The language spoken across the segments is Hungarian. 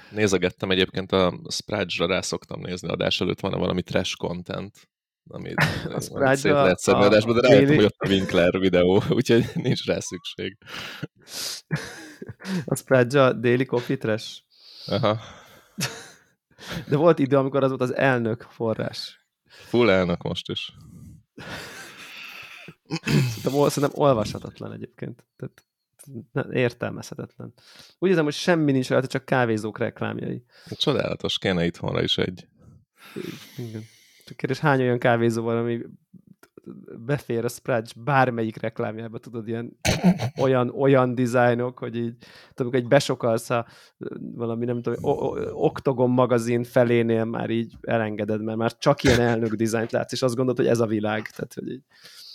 Nézegettem egyébként a Sprite-ra, rá szoktam nézni, adás előtt van valami trash content, A amit szét Sprite-ra lehet szedni adásba, de rájöttem, hogy ott a Winkler videó, úgyhogy nincs rá szükség. a Sprite-ra Daily Coffee Trash. Aha. De volt idő, amikor az volt az elnök forrás. Full elnök most is. Szerintem olvashatatlan egyébként. Tehát értelmezhetetlen. Úgy érzem, hogy semmi nincs rajta, csak kávézók reklámjai. Csodálatos, kéne itthonra is egy. Igen. Csak kérdés, hány olyan kávézó van, ami befér a Sprite bármelyik reklámjába, tudod, olyan dizájnok, hogy így, tudom, egy besokalsz valami, nem tudom, Octagon magazin felénél már így elengeded, mert már csak ilyen elnök dizájnt látsz, és azt gondolod, hogy ez a világ. Tehát, hogy így...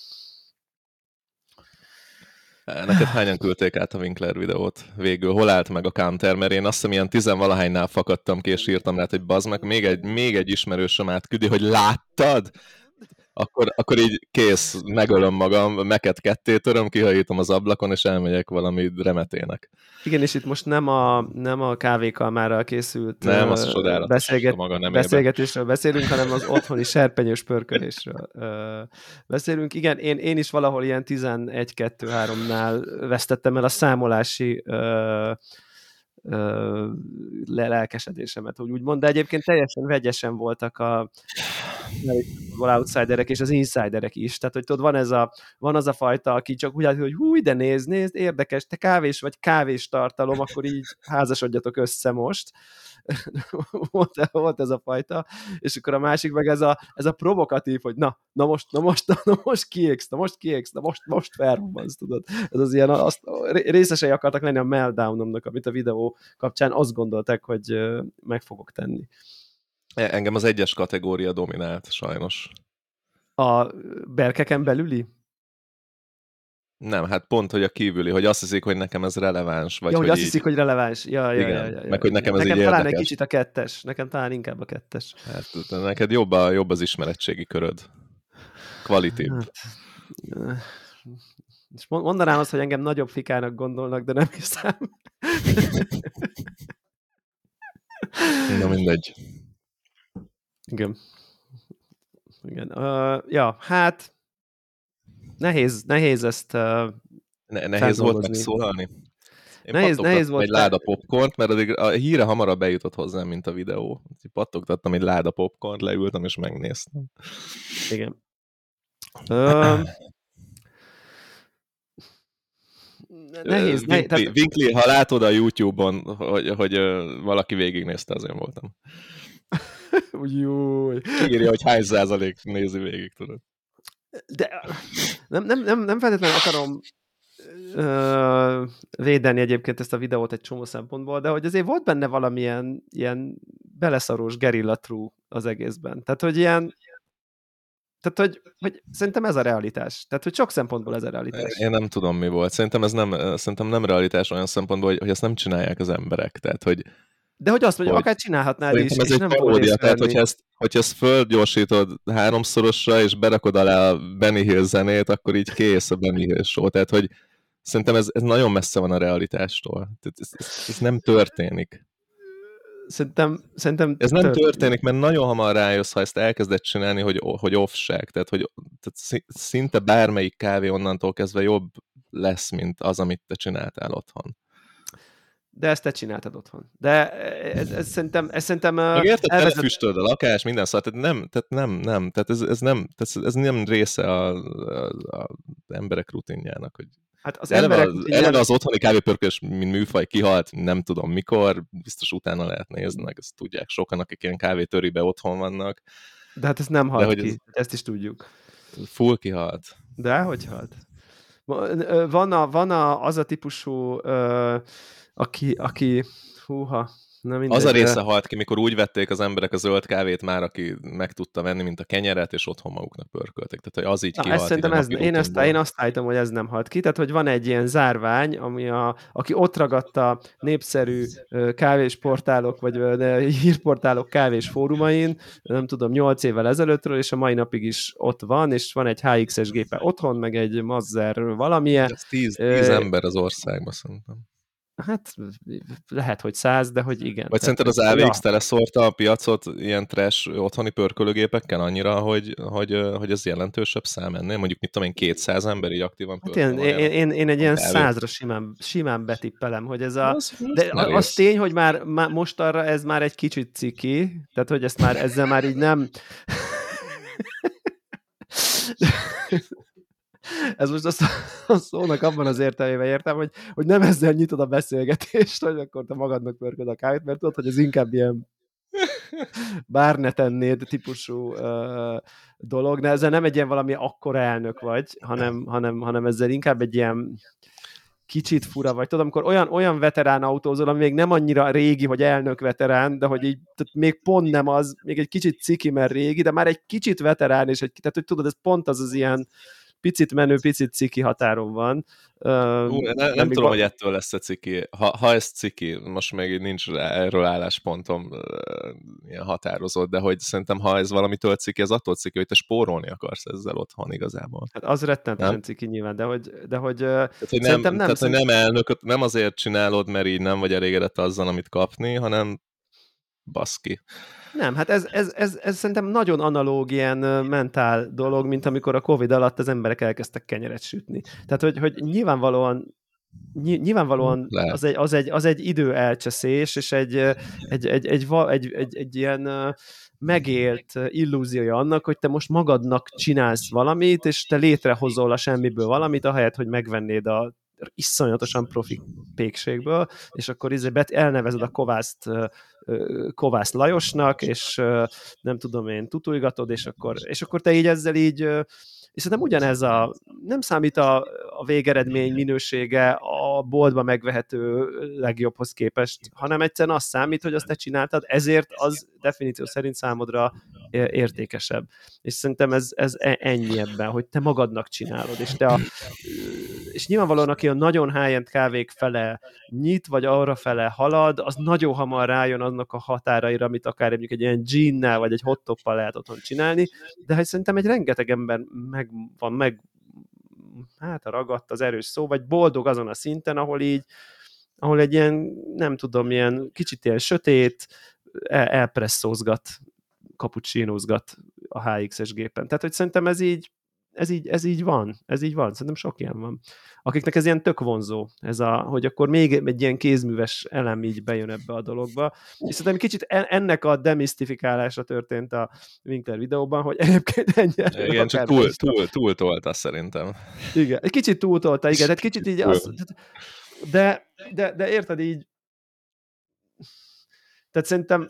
Neked hányan küldték át a Winkler videót? Végül hol állt meg a counter? Mert én azt hiszem ilyen 10-valahánynál fakadtam ki, és írtam rá, hogy bazd meg, még egy ismerősöm átküldi, hogy láttad? Akkor így kész, megölöm magam, meket ketté töröm, kihajítom az ablakon, és elmegyek valami remetének. Igen, és itt most nem a kávékalmárral készült nem, az beszélgetésről beszélünk, hanem az otthoni serpenyős pörkölésről beszélünk. Igen, én is valahol ilyen 11-2-3-nál vesztettem el a számolási lelkesedésemet, úgy mond, de egyébként teljesen vegyesen voltak a outsiderek és az insiderek is. Tehát, hogy tudod, van az a fajta, aki csak úgy hogy húj, de nézd, érdekes, te kávés vagy kávés tartalom, akkor így házasodjatok össze most. volt ez a fajta, és akkor a másik meg ez a provokatív, hogy na most kiégsz, most felrobbansz, tudod. Ez az ilyen, részesei akartak lenni a meltdownomnak, amit a videó kapcsán azt gondolták, hogy meg fogok tenni. Engem az 1-es kategória dominált, sajnos. A berkeken belüli? Nem, hát pont, hogy a kívüli, hogy azt hiszik, hogy nekem ez releváns. Vagy hogy azt hiszik, hogy releváns. Ja. Meg hogy nekem ez nekem így talán érdekes. egy kicsit a 2-es. Nekem talán inkább a 2-es. Hát neked jobb az ismeretségi köröd. Kvalitív. Hát, és mondanám azt, hogy engem nagyobb fikának gondolnak, de nem hiszem. Na mindegy. Igen. Ja, hát nehéz ezt nehéz volt megszólalni? Én nehéz volt egy láda popcornt, mert addig a híre hamarabb bejutott hozzám, mint a videó. Pattogtattam egy láda popcornt, leültem és megnéztem. Igen. Nehéz. Winkler, ha látod a YouTube-on, hogy valaki végignézte, azért voltam. Újjúj. Írja, hogy hány százalék nézi végig, tudod. De nem feltétlenül akarom védeni egyébként ezt a videót egy csomó szempontból, de hogy azért volt benne valamilyen ilyen beleszarós gerilla true az egészben. Tehát, hogy szerintem ez a realitás. Tehát, hogy sok szempontból ez a realitás. Én nem tudom, mi volt. Szerintem nem realitás olyan szempontból, hogy ezt nem csinálják az emberek. Tehát, hogy de hogy azt mondja, akár csinálhatnád is, és nem paródia, tehát hogyha ezt földgyorsítod 3-szorosra, és berakod alá a Benny Hill zenét, akkor így kész a Benny Hill show. Tehát, hogy szerintem ez nagyon messze van a realitástól. Ez nem történik. Szerintem ez nem történik, mert nagyon hamar rájössz, ha ezt elkezded csinálni, hogy offság. Tehát szinte bármelyik kávé onnantól kezdve jobb lesz, mint az, amit te csináltál otthon. De ezt te csináltad otthon. De ez szerintem érted, telefüstöld a lakás, minden szó, tehát ez nem része az emberek rutinjának, hogy hát az eleve az otthoni kávépörkölés, mint műfaj kihalt, nem tudom mikor, biztos utána lehet nézni, meg ezt tudják sokan, akik ilyen kávétöribe otthon vannak. De hát ez nem halt ki, ezt is tudjuk. Full kihalt. De hogy halt? Van az a típusú, aki húha, na mindegy. Az a része halt ki, mikor úgy vették az emberek a zöld kávét már, aki meg tudta venni, mint a kenyeret, és otthon maguknak pörköltek. Tehát, hogy az így kihalt. Szerintem én azt állítom, hogy ez nem halt ki. Tehát, hogy van egy ilyen zárvány, aki ott ragadta népszerű kávésportálok, vagy hírportálok kávés fórumain, nem tudom, 8 évvel ezelőttről, és a mai napig is ott van, és van egy HX-es gépe otthon, meg egy Mazzer valamilyen. Ez 10 ember az országban, szerintem. Hát lehet, hogy 100, de hogy igen. Vagy Tehát, szerinted az hogy, AVX teleszórta a piacot ilyen trash otthoni pörkölőgépekkel annyira, hogy ez jelentősebb szám ennél? Mondjuk, mit tudom én, 200 ember így aktívan Hát pörköl majd én egy a ilyen kávét? 100-ra simán betippelem, hogy ez a... Az De az merész. tény, hogy már most arra ez már egy kicsit ciki, tehát hogy ezzel már így nem... Ez most a szónak abban az értelmében értem, hogy nem ezzel nyitod a beszélgetést, hogy akkor te magadnak pörköd a kávét, mert tudod, hogy ez inkább ilyen bár ne tennéd típusú dolog, de ezzel nem egy ilyen valami akkora elnök vagy, hanem ezzel inkább egy ilyen kicsit fura vagy. Tudod, amikor olyan veterán autózol, ami még nem annyira régi, hogy elnök veterán, de hogy így, tehát még pont nem az, még egy kicsit ciki, mert régi, de már egy kicsit veterán, és tehát hogy tudod, ez pont az ilyen picit menő, picit ciki határon van. Nem tudom, hogy ettől lesz a ciki. Ha ez ciki, most még így nincs erről álláspontom ilyen határozott, de hogy szerintem, ha ez valamitől ciki, ez attól ciki, hogy te spórolni akarsz ezzel otthon igazából. Hát az rettentesen nem? ciki nyilván, de hogy Tehát, hogy szerintem nem. Tehát, hogy nem elnököt, nem azért csinálod, mert így nem vagy elégedett azzal, amit kapni, hanem baszki. Nem, hát ez szerintem nagyon analóg ilyen mentál dolog, mint amikor a Covid alatt az emberek elkezdtek kenyeret sütni. Tehát, hogy nyilvánvalóan az egy idő elcseszés, és egy ilyen megélt illúziója annak, hogy te most magadnak csinálsz valamit, és te létrehozol a semmiből valamit, ahelyett, hogy megvennéd a iszonyatosan profi pékségből, és akkor elnevezed a Kovász Lajosnak, és nem tudom én, tutulgatod, és akkor te így ezzel így, és szerintem ugyanez nem számít a végeredmény minősége a boltba megvehető legjobbhoz képest, hanem egyszerűen az számít, hogy azt te csináltad, ezért az definíció szerint számodra értékesebb. És szerintem ez ennyi ebben, hogy te magadnak csinálod, és nyilvánvalóan, aki a nagyon high-end kávék fele nyit, vagy arra fele halad, az nagyon hamar rájön annak a határaira, amit akár mondjuk egy ilyen ginnel, vagy egy hot-toppal lehet otthon csinálni, de hát szerintem egy rengeteg ember hát ragadt az erős szó, vagy boldog azon a szinten, ahol egy ilyen, nem tudom, ilyen kicsit ilyen sötét, elpresszózgat, cappuccinózgat a HX-es gépen. Tehát, hogy szerintem ez így van. Szerintem sok ilyen van. Akiknek ez ilyen tök vonzó, hogy akkor még egy ilyen kézműves elem így bejön ebbe a dologba. És szerintem kicsit ennek a demisztifikálása történt a Winkler videóban, hogy egyébként ennyi. Igen, csak túltolta szerintem. Igen, egy kicsit túltolta, igen, tehát kicsit így de érted így, tehát szerintem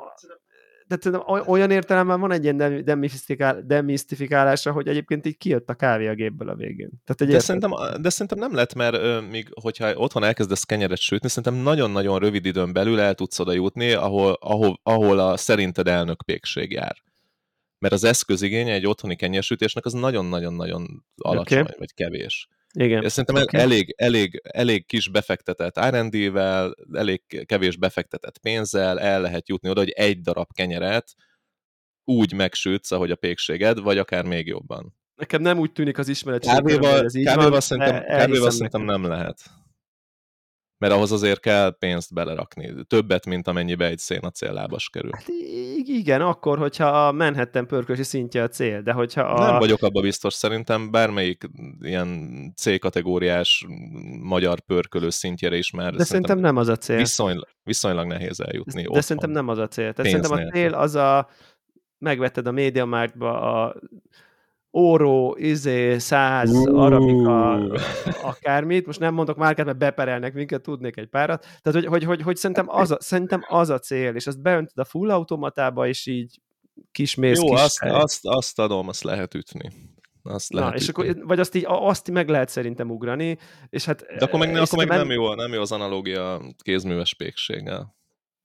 olyan értelemben van egy ilyen demisztifikálása, hogy egyébként így kijött a kávé a gépből a végén. Tehát de szerintem nem lett, mert még hogyha otthon elkezdesz kenyeret sütni, szerintem nagyon-nagyon rövid időn belül el tudsz oda jutni, ahol a szerinted elnökpékség jár. Mert az eszközigénye egy otthoni kenyérsütésnek az nagyon-nagyon-nagyon alacsony, vagy kevés. Igen. És szerintem elég kis befektetett R&D-vel, elég kevés befektetett pénzzel el lehet jutni oda, hogy egy darab kenyeret úgy megsütsz, ahogy a pékséged, vagy akár még jobban. Nekem nem úgy tűnik az ismeretségben, hogy ez így kávéval szerintem nem lehet. Mert ahhoz azért kell pénzt belerakni. Többet, mint amennyibe egy szénacéllábas kerül. Hát igen, akkor, hogyha a Manhattan pörkösi szintje a cél, de hogyha Nem vagyok abban biztos, szerintem bármelyik ilyen C-kategóriás magyar pörkölő szintjére is már de szerintem nem az a cél. Viszonylag nehéz eljutni. De szerintem nem az a cél. Tehát szerintem a cél az megvetted a MediaMarktba a Oro, 100, Arabica, akármit. Most nem mondok márkát, mert beperelnek minket, tudnék egy párat. Tehát, hogy szerintem az a cél, és azt beöntöd a full automatába, és így kismész. Jó, azt adom, azt lehet ütni. Akkor, vagy azt meg lehet szerintem ugrani, és hát... De akkor meg nem jó az analógia kézműves pékséggel.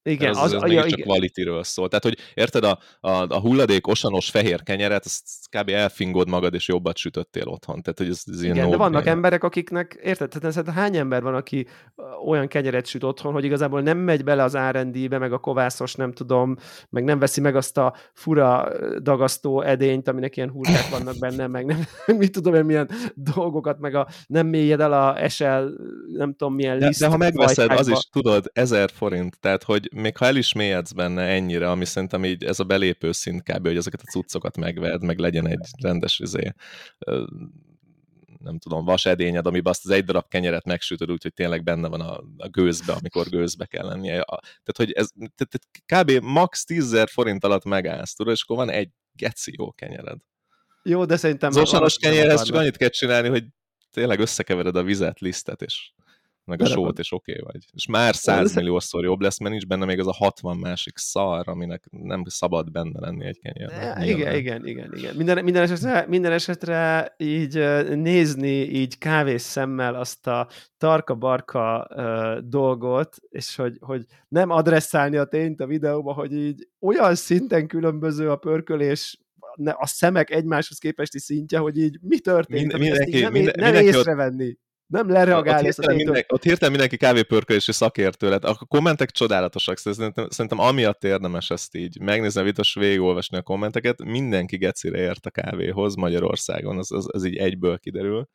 Igen, Ez ja, mégiscsak igen. quality-ről szól. Tehát, hogy érted, a hulladék osanos fehér kenyeret, azt kb. Elfingod magad, és jobbat sütöttél otthon. Tehát, hogy ez ilyen Igen, de vannak no-brainer. emberek, akiknek, érted? Tehát szerintem hány ember van, aki olyan kenyeret süt otthon, hogy igazából nem megy bele az R&D-be, meg a kovászos, nem tudom, meg nem veszi meg azt a fura dagasztó edényt, aminek ilyen hurkák vannak benne, meg nem, mit tudom én, milyen dolgokat, meg nem mélyed el a esel, nem tudom, milyen De ha megveszed, az lisztfajtákba. is, tudod, 1000 forint. Tehát, hogy még ha el is mélyedsz benne ennyire, ami szerintem így ez a belépő szint kb., hogy ezeket a cuccokat megvedd, meg legyen egy rendes nem tudom, vasedényed, amiben azt az egy darab kenyeret megsütöd, úgyhogy tényleg benne van a gőzbe, amikor gőzbe kell lennie. Tehát, hogy ez kb. Max 10.000 forint alatt megállsz, tudod, és akkor van egy geci jó kenyered. Jó, de szerintem Az osanos kenyerhez csak akarnak. annyit kell csinálni, hogy tényleg összekevered a vizet, lisztet, és meg a sót, és oké vagy. És már 100 milliószor jobb lesz, mert nincs benne még az a 60 másik szar, aminek nem szabad benne lenni egy kenyérben. Igen. Minden esetre így nézni így kávés szemmel azt a tarka-barka dolgot, és hogy nem adresszálni a tényt a videóba, hogy így olyan szinten különböző a pörkölés, a szemek egymáshoz képesti szintje, hogy így mi történik, ezt így nem észrevenni. Nem lereagálni ezt a tényt. Ott hirtelen mindenki kávépörkölési szakértő lett. A kommentek csodálatosak. Szerintem amiatt érdemes ezt így megnézni a videós, végigolvasni a kommenteket. Mindenki gecire ért a kávéhoz Magyarországon. Ez így egyből kiderül.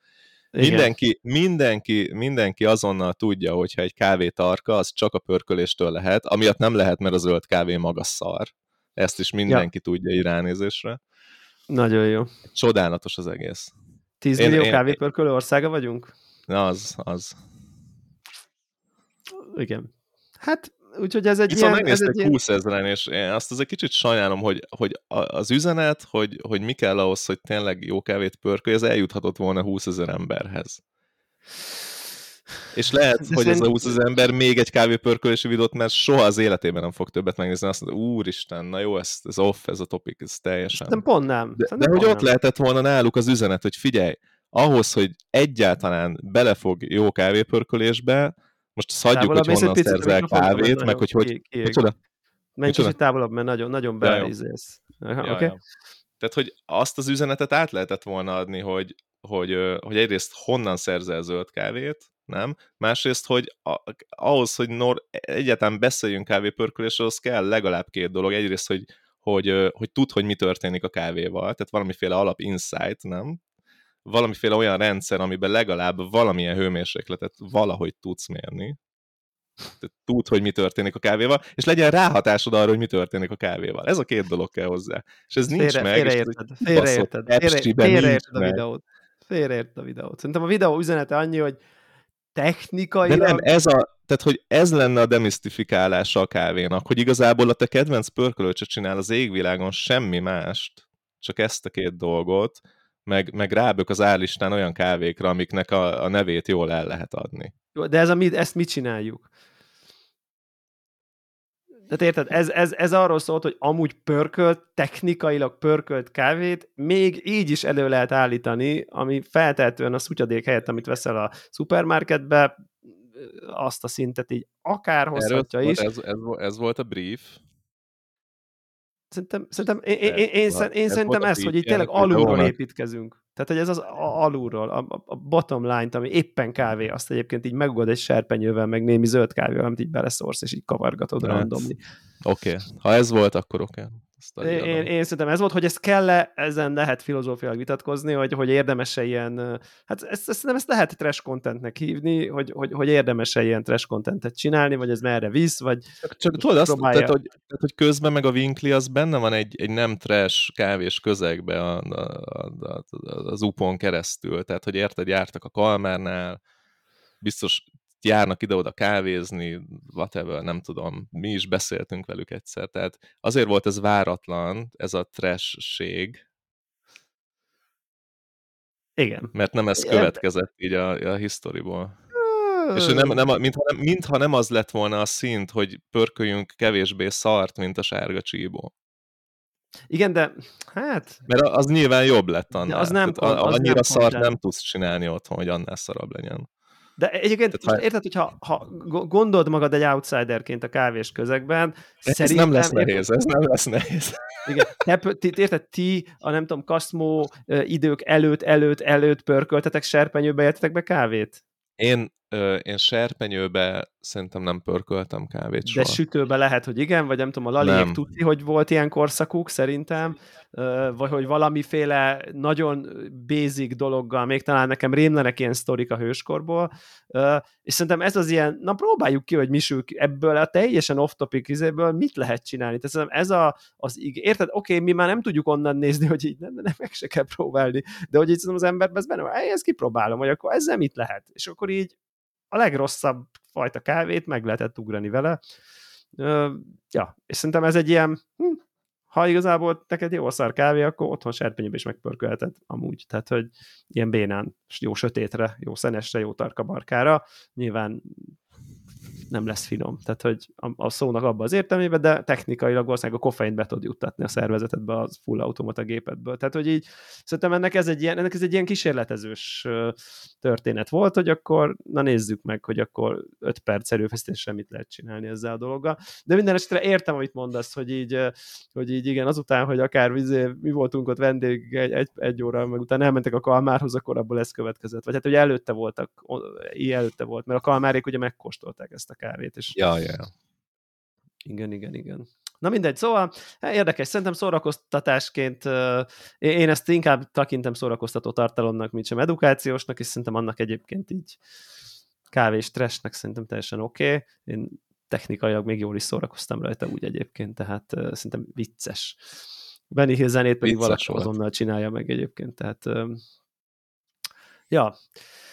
Mindenki azonnal tudja, hogyha egy kávé tarka, az csak a pörköléstől lehet. Amiatt nem lehet, mert a zöld kávé maga szar. Ezt is mindenki tudja így ránézésre. Nagyon jó. Csodálatos az egész. 10 millió kávépörkölő országa vagyunk? Az. Igen. Hát, úgyhogy ez egy viszont ilyen... megnéztek 20 000-en, és én azt azért kicsit sajnálom, hogy az üzenet, hogy mi kell ahhoz, hogy tényleg jó kávét pörkölj, ez eljuthatott volna 20 000 emberhez. És lehet, hogy ez a 20 000 ember még egy kávépörkölési videót, mert soha az életében nem fog többet megnézni. Azt mondja, úristen, na jó, ez off, ez a topik, ez teljesen. Nem pont nem. De hogy ott lehetett volna náluk az üzenet, hogy figyelj, ahhoz, hogy egyáltalán belefog jó kávépörkölésbe, most azt hagyjuk, hogy honnan szerzel kávét, meg hogy micsoda? Menj kicsit távolabb, mert nagyon beizélsz. Okay? Tehát, hogy azt az üzenetet át lehetett volna adni, hogy egyrészt honnan szerzel zöld kávét, nem? Másrészt, hogy ahhoz, hogy egyáltalán beszéljünk kávépörkölésről, az kell legalább 2 dolog. Egyrészt, hogy tudd, hogy mi történik a kávéval, tehát valamiféle alap insight, nem? Valamiféle olyan rendszer, amiben legalább valamilyen hőmérsékletet valahogy tudsz mérni. Tehát tudd, hogy mi történik a kávéval, és legyen ráhatásod arra, hogy mi történik a kávéval. Ez a 2 dolog kell hozzá. És ez nincs meg. Félreérted a videót. Szerintem a videó üzenete annyi, hogy technikailag... De nem, tehát, hogy ez lenne a demisztifikálása a kávénak, hogy igazából a te kedvenc pörkölőcse csinál az égvilágon semmi mást, csak ezt a 2 dolgot, meg rábök az árlistán olyan kávékra, amiknek a nevét jól el lehet adni. De ezt mit csináljuk? Tehát érted, ez arról szólt, hogy amúgy technikailag pörkölt kávét még így is elő lehet állítani, ami feltehetően a szutyadék helyett, amit veszel a szupermarketbe, azt a szintet így akár hozhatja is. Ez volt a brief. Szerintem én szerintem ez, hogy így tényleg alulról építkezünk. Tehát, hogy ez az alulról, a bottom line-t, ami éppen kávé, azt egyébként így megugod egy serpenyővel, meg némi zöld kávéval, amit így beleszórsz, és így kavargatod randomni. Oké. Ha ez volt, akkor oké. Én szerintem ez volt, hogy ez kell-e, ezen lehet filozófiailag vitatkozni, hogy érdemes-e ilyen, hát ezt lehet trash contentnek hívni, hogy érdemes-e ilyen trash contentet csinálni, vagy ez merre visz, vagy csak tudod azt, tehát, hogy közben meg a Winkli az benne van egy nem trash kávés közegbe az UPON keresztül, tehát hogy érted, jártak a Kalmárnál, biztos járnak ide-oda kávézni, whatever, nem tudom, mi is beszéltünk velük egyszer, tehát azért volt ez váratlan, ez a trash-ség. Igen. Mert nem ez következett így a historyból. És mintha nem az lett volna a szint, hogy pörköljünk kevésbé szart, mint a sárga csíbó. Igen, de hát... Mert az nyilván jobb lett annál. Az nem annyira szart nem tudsz csinálni otthon, hogy annál szarabb legyen. De egyébként, most Tehát, érted, hogyha gondold magad egy outsiderként a kávés közegben, ez nem lesz szerintem, érted? nehéz, ez nem lesz nehéz. Igen, érted, ti a nem tudom, kaszmó idők előtt pörköltetek serpenyőbe, értetek be kávét? Én serpenyőbe szerintem nem pörköltem kávét De soha. sütőbe lehet, hogy igen, vagy nem tudom, a Laliék Nem. tudni, hogy volt ilyen korszakuk szerintem, vagy hogy valamiféle nagyon basic dologgal, még talán nekem rémlenek ilyen sztorik a hőskorból, és szerintem ez az ilyen, na próbáljuk ki, hogy misük ebből a teljesen off-topic izéből mit lehet csinálni. Tehát szerintem ez érted, oké, mi már nem tudjuk onnan nézni, hogy így nem meg se kell próbálni, de hogy így szerintem az emberben ez benne van, ezt kipróbálom, hogy akkor ezzel mit lehet. És akkor így a legrosszabb fajta kávét meg lehetett ugrani vele. Ja, és szerintem ez egy ilyen, ha igazából neked jó a szar kávé, akkor otthon serpenyőbe is megpörkölheted amúgy. Tehát, hogy ilyen bénán, jó sötétre, jó szenesre, jó tarka barkára. Nyilván nem lesz finom. Tehát, hogy a szónak abban az értelmében, de technikailag valószínűleg a koffeint be tud juttatni a szervezetedbe az full automata gépedből. Tehát, hogy így szerintem ennek ez egy ilyen kísérletezős történet volt, hogy akkor na nézzük meg, hogy akkor 5 perc erőfeszítéssel mit lehet csinálni ezzel a dologgal. De minden esetre értem, amit mondasz, hogy így igen, azután, hogy akár mi voltunk ott vendég egy óra, meg utána elmentek a Kalmárhoz, akkor abból ez következett. Vagy hát, hogy előtte volt, mert a Kalmárék ugye megkóstolták ezt a kávét. És Ja. Igen. Na mindegy, szóval érdekes, szerintem szórakoztatásként én ezt inkább tekintem szórakoztató tartalomnak, mint sem edukációsnak, és szerintem annak egyébként így kávés trashnek szerintem teljesen oké. Én technikailag még jól is szórakoztam rajta úgy egyébként, tehát szerintem vicces. Benny Hill zenét pedig valaki azonnal csinálja meg egyébként, tehát ja.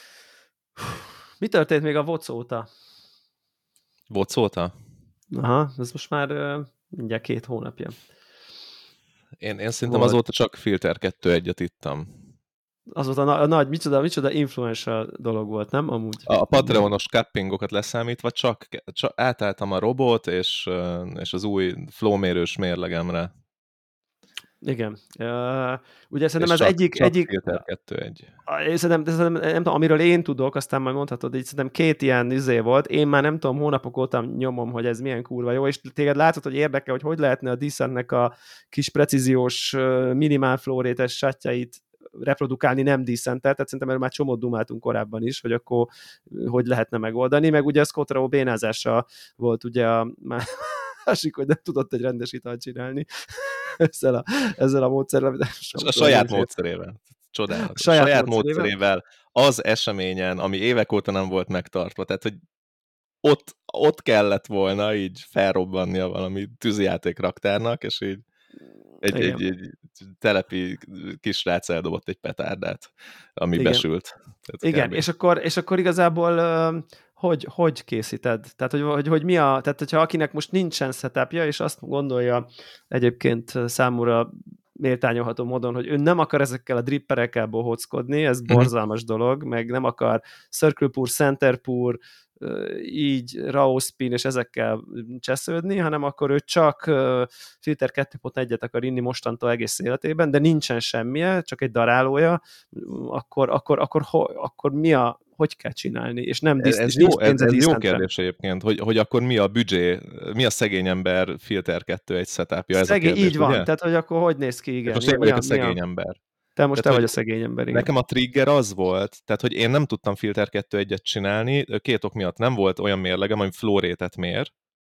Mi történt még a VOC óta? VOC óta? Aha, ez most már mindjárt 2 hónapja. Én szerintem azóta csak Filter 2.1-et ittam. Azóta a nagy, micsoda influencer dolog volt, nem? Amúgy. A Patreonos cuppingokat leszámítva csak átálltam a robot és az új flowmérős mérlegemre. Igen. Ugye szerintem ez csak egyik... Filter 2.1. Szerintem, nem tudom, amiről én tudok, aztán majd mondhatod, így szerintem 2 ilyen volt. Én már nem tudom, hónapok óta nyomom, hogy ez milyen kurva jó, és téged látod, hogy érdekel, hogy lehetne a Decentnek a kis precíziós minimál flow rate-es satjait reprodukálni nem Decent-tel, tehát szerintem erről már csomót dumáltunk korábban is, hogy akkor hogy lehetne megoldani, meg ugye a Scott Rowe bénázása volt ugye a másik, hogy nem tudott egy rendes italt csinálni ezzel a módszerrel. A saját módszerével. Csodálatos. A saját módszerével az eseményen, ami évek óta nem volt megtartva. Tehát, hogy ott kellett volna így felrobbannia valami tűzijáték raktárnak, és így egy telepi kisrác eldobott egy petárdát, ami besült. Tehát igen, és akkor igazából hogy készíted? Tehát, hogy mi a... Tehát, hogyha akinek most nincsen setupja, és azt gondolja egyébként számúra méltányolható módon, hogy ő nem akar ezekkel a dripperekkel bohóckodni, ez borzalmas dolog, meg nem akar circle pour, center pour, így raw spin és ezekkel csesződni, hanem akkor ő csak Filter 2.1-et akar inni mostantól egész életében, de nincsen semmije, csak egy darálója, akkor mi a hogy kell csinálni, és nem ez jó kérdés egyébként, hogy akkor mi a büdzsé, mi a szegény ember Filter 2.1 setupja, ez a kérdés, így van, ugye? tehát hogy akkor hogy néz ki, igen. Most én vagyok a szegény ember. Te vagy a szegény ember, igen. Nekem a trigger az volt, tehát hogy én nem tudtam Filter 2.1-et csinálni, 2 ok miatt nem volt olyan mérlegem, ami flow rate-et mér.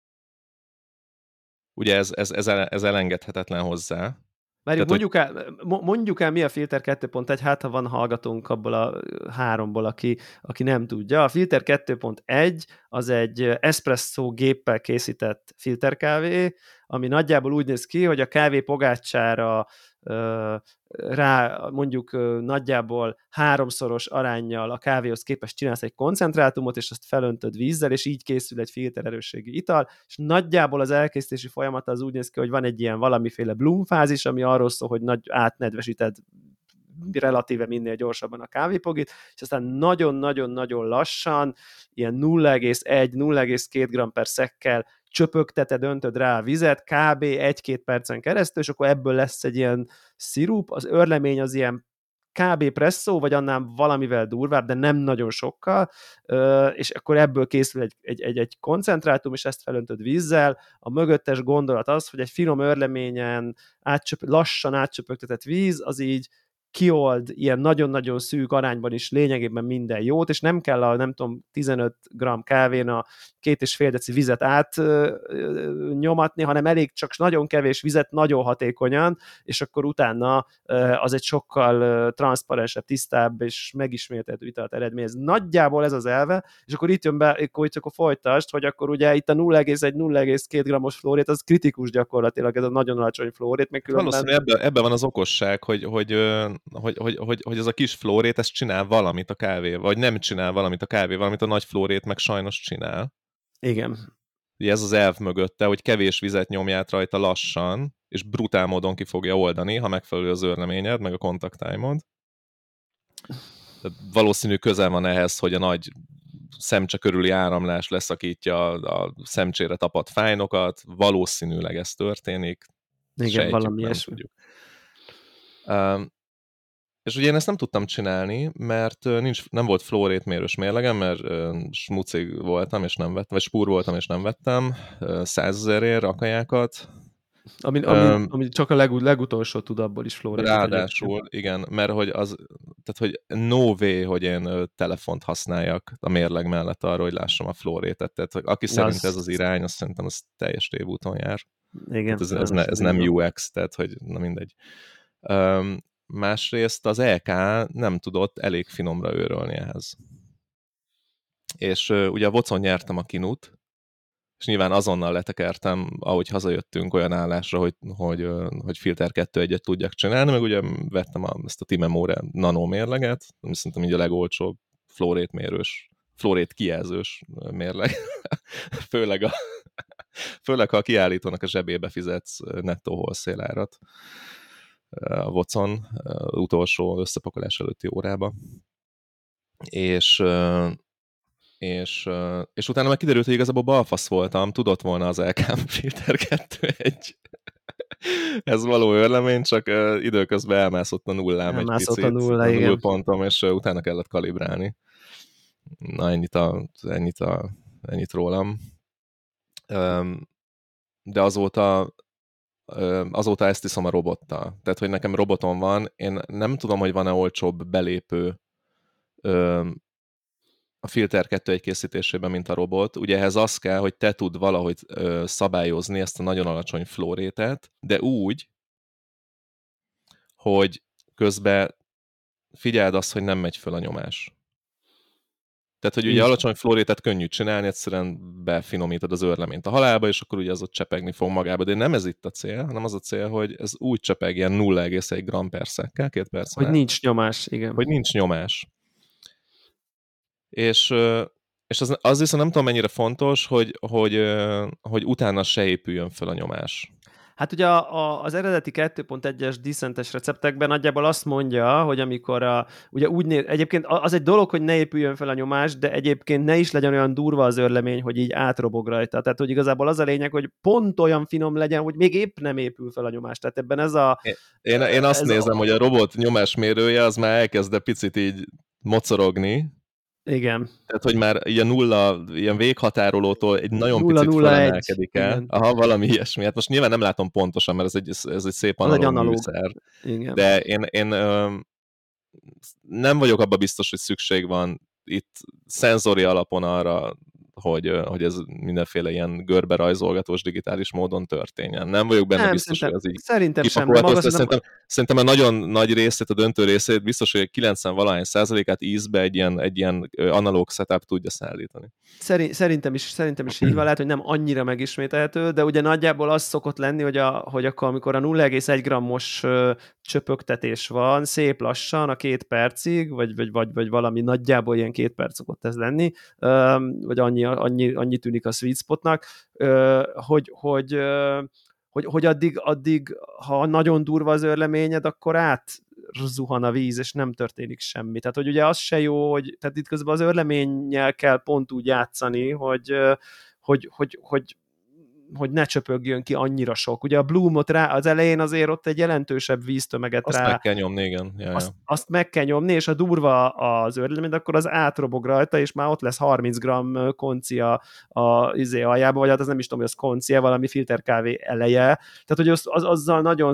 Ugye ez elengedhetetlen hozzá. Mondjuk el, mi a Filter 2.1, hát ha van hallgatónk abból a 3-ból, aki nem tudja. A Filter 2.1 az egy espresso géppel készített filterkávé, ami nagyjából úgy néz ki, hogy a kávé pogácsára rá mondjuk nagyjából 3-szoros aránnyal a kávéhoz képest csinálsz egy koncentrátumot, és azt felöntöd vízzel, és így készül egy filtererősségű ital, és nagyjából az elkészítési folyamata az úgy néz ki, hogy van egy ilyen valamiféle bloom fázis, ami arról szól, hogy átnedvesíted relatíve minél gyorsabban a kávépogit, és aztán nagyon-nagyon-nagyon lassan, ilyen 0,1-0,2 g per szekkel csöpögteted, öntöd rá a vizet, kb. 1-2 percen keresztül, és akkor ebből lesz egy ilyen szirup, az őrlemény az ilyen kb. Presszó, vagy annál valamivel durvább, de nem nagyon sokkal, és akkor ebből készül egy koncentrátum, és ezt felöntöd vízzel. A mögöttes gondolat az, hogy egy finom örleményen lassan átcsöpögtetett víz, az így kiold ilyen nagyon-nagyon szűk arányban is lényegében minden jót, és nem kell a, nem tudom, 15 g kávén a 2,5 deci vizet nyomatni, hanem elég csak nagyon kevés vizet nagyon hatékonyan, és akkor utána az egy sokkal transzparensebb, tisztább és megismételt italt eredményez. Nagyjából ez az elve, és akkor itt jön be, akkor folytasd, hogy akkor ugye itt a 0,1-0,2 g-os flórét, az kritikus gyakorlatilag, ez a nagyon alacsony flórét, meg különben... Valószínűleg ebben van az okosság, hogy ez a kis flórét, ez csinál valamit a kávé, vagy nem csinál valamit a kávé, valamit a nagy flórét meg sajnos csinál. Igen. Ugye ez az elv mögötte, hogy kevés vizet nyomját rajta lassan, és brutál módon ki fogja oldani, ha megfelelő az őrleményed, meg a contact time-od. Valószínű közel van ehhez, hogy a nagy szemcse körüli áramlás leszakítja a szemcsére tapadt fájnokat, valószínűleg ez történik. Igen, valami ilyesmi. És ugye én ezt nem tudtam csinálni, mert nem volt flórétmérős mérlegem, mert smucig voltam, és nem vettem, vagy spúr voltam, és nem vettem 100 000-ért a kajákat. Ami csak a legutolsó tud abból is flórétet. Ráadásul, igen, mert hogy tehát hogy no way, hogy én telefont használjak a mérleg mellett arra, hogy lássam a flórétet. Tehát aki szerint ez az irány, azt szerintem az teljes tévúton jár. Igen. Ez nem UX, tehát hogy na mindegy. Másrészt az EK nem tudott elég finomra őrölni ehhez. És ugye a Vocon nyertem a kinut, és nyilván azonnal letekertem, ahogy hazajöttünk olyan állásra, hogy Filter 2.1-et tudjak csinálni, meg ugye vettem ezt a Timemore nano mérleget, ami szerintem így a legolcsóbb flórét kijelzős mérleg. Főleg ha a kiállítónak a zsebébe fizetsz nettó wholesale árat a Vocon utolsó összepakolás előtti órába. És utána meg kiderült, hogy igazából balfasz voltam, tudott volna az LKM Filter 2.1. Ez való őrlemény, csak időközben elmászott a nullám egy picit. A nulla pontom, és utána kellett kalibrálni. Na, ennyit rólam. De azóta ezt iszom a robottal. Tehát, hogy nekem robotom van, én nem tudom, hogy van-e olcsóbb belépő a Filter 2.1 készítésében, mint a robot. Ugye ehhez az kell, hogy te tud valahogy szabályozni ezt a nagyon alacsony flórétet, de úgy, hogy közben figyeld azt, hogy nem megy föl a nyomás. Tehát, hogy ugye alacsony flórétet könnyű csinálni, egyszerűen befinomítod az őrleményt a halálba, és akkor ugye az ott csepegni fog magába. De nem ez itt a cél, hanem az a cél, hogy ez úgy csepegjen 0,1 g per szekkel, 2 percen. Hogy nincs nyomás, igen. Hogy nincs nyomás. És az viszont nem tudom mennyire fontos, hogy utána se épüljön föl a nyomás. Hát ugye az eredeti 2.1-es Decentes receptekben nagyjából azt mondja, hogy amikor ugye egyébként az egy dolog, hogy ne épüljön fel a nyomás, de egyébként ne is legyen olyan durva az őrlemény, hogy így átrobog rajta. Tehát, hogy igazából az a lényeg, hogy pont olyan finom legyen, hogy még épp nem épül fel a nyomás. Tehát ebben ez a... Én azt nézem, hogy a robot nyomásmérője az már elkezd picit így mocorogni. Igen. Tehát, hogy már ilyen nulla, ilyen véghatárolótól egy nagyon picit felemelkedik el. Aha, valami ilyesmi. Hát most nyilván nem látom pontosan, mert ez egy szép analóg műszer. Igen. De én nem vagyok abban biztos, hogy szükség van itt szenzori alapon arra, hogy ez mindenféle ilyen görberajzolgatós digitális módon történjen. Nem vagyok benne biztos, hogy az így szerintem sem. Szerintem a nagyon nagy részét, a döntő részét biztos, hogy 90-valahány százalékát ízbe egy ilyen analóg setup tudja szállítani. Szerintem is így van, lehet, hogy nem annyira megismételhető, de ugye nagyjából az szokott lenni, hogy akkor, amikor a 0,1 g-os csöpögtetés van, szép lassan, a 2 percig, vagy valami nagyjából ilyen 2 perc szokott ez lenni, vagy annyi tűnik a sweet spotnak, hogy addig, ha nagyon durva az őrleményed, akkor átzuhan a víz, és nem történik semmi. Tehát, hogy ugye az se jó, tehát itt közben az őrleménnyel kell pont úgy játszani, hogy hogy ne csöpögjön ki annyira sok. Ugye a Bloomot rá, az elején azért ott egy jelentősebb víztömeget Azt rá. meg kell nyomni, igen. Ja. Azt meg kell nyomni, és ha durva az őrlemény, akkor az átrobog rajta, és már ott lesz 30 g konci a aljába, vagy hát az nem is tudom, hogy az konci, valami filterkávé eleje. Tehát, hogy azzal nagyon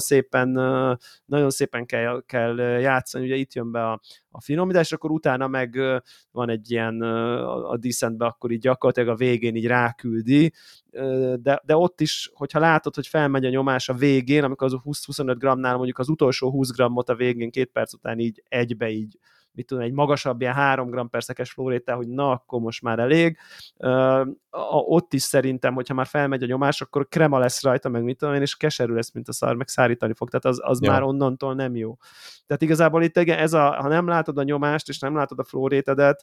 szépen kell játszani, ugye itt jön be a finomítás, és akkor utána meg van egy ilyen a Descentbe, akkor így gyakorlatilag a végén így ráküldi, de ott is, hogyha látod, hogy felmegy a nyomás a végén, amikor az 20-25 g-nál mondjuk az utolsó 20 g-ot a végén 2 perc után így egybe így, mit tudom, egy magasabb ilyen 3 g/s flow rate-tel, hogy na, akkor most már elég. Ott is szerintem, hogyha már felmegy a nyomás, akkor krema lesz rajta, meg mit tudom én, és keserű lesz, mint a szar, meg szárítani fog, tehát az már onnantól nem jó. Tehát igazából itt ha nem látod a nyomást, és nem látod a flow rate-edet,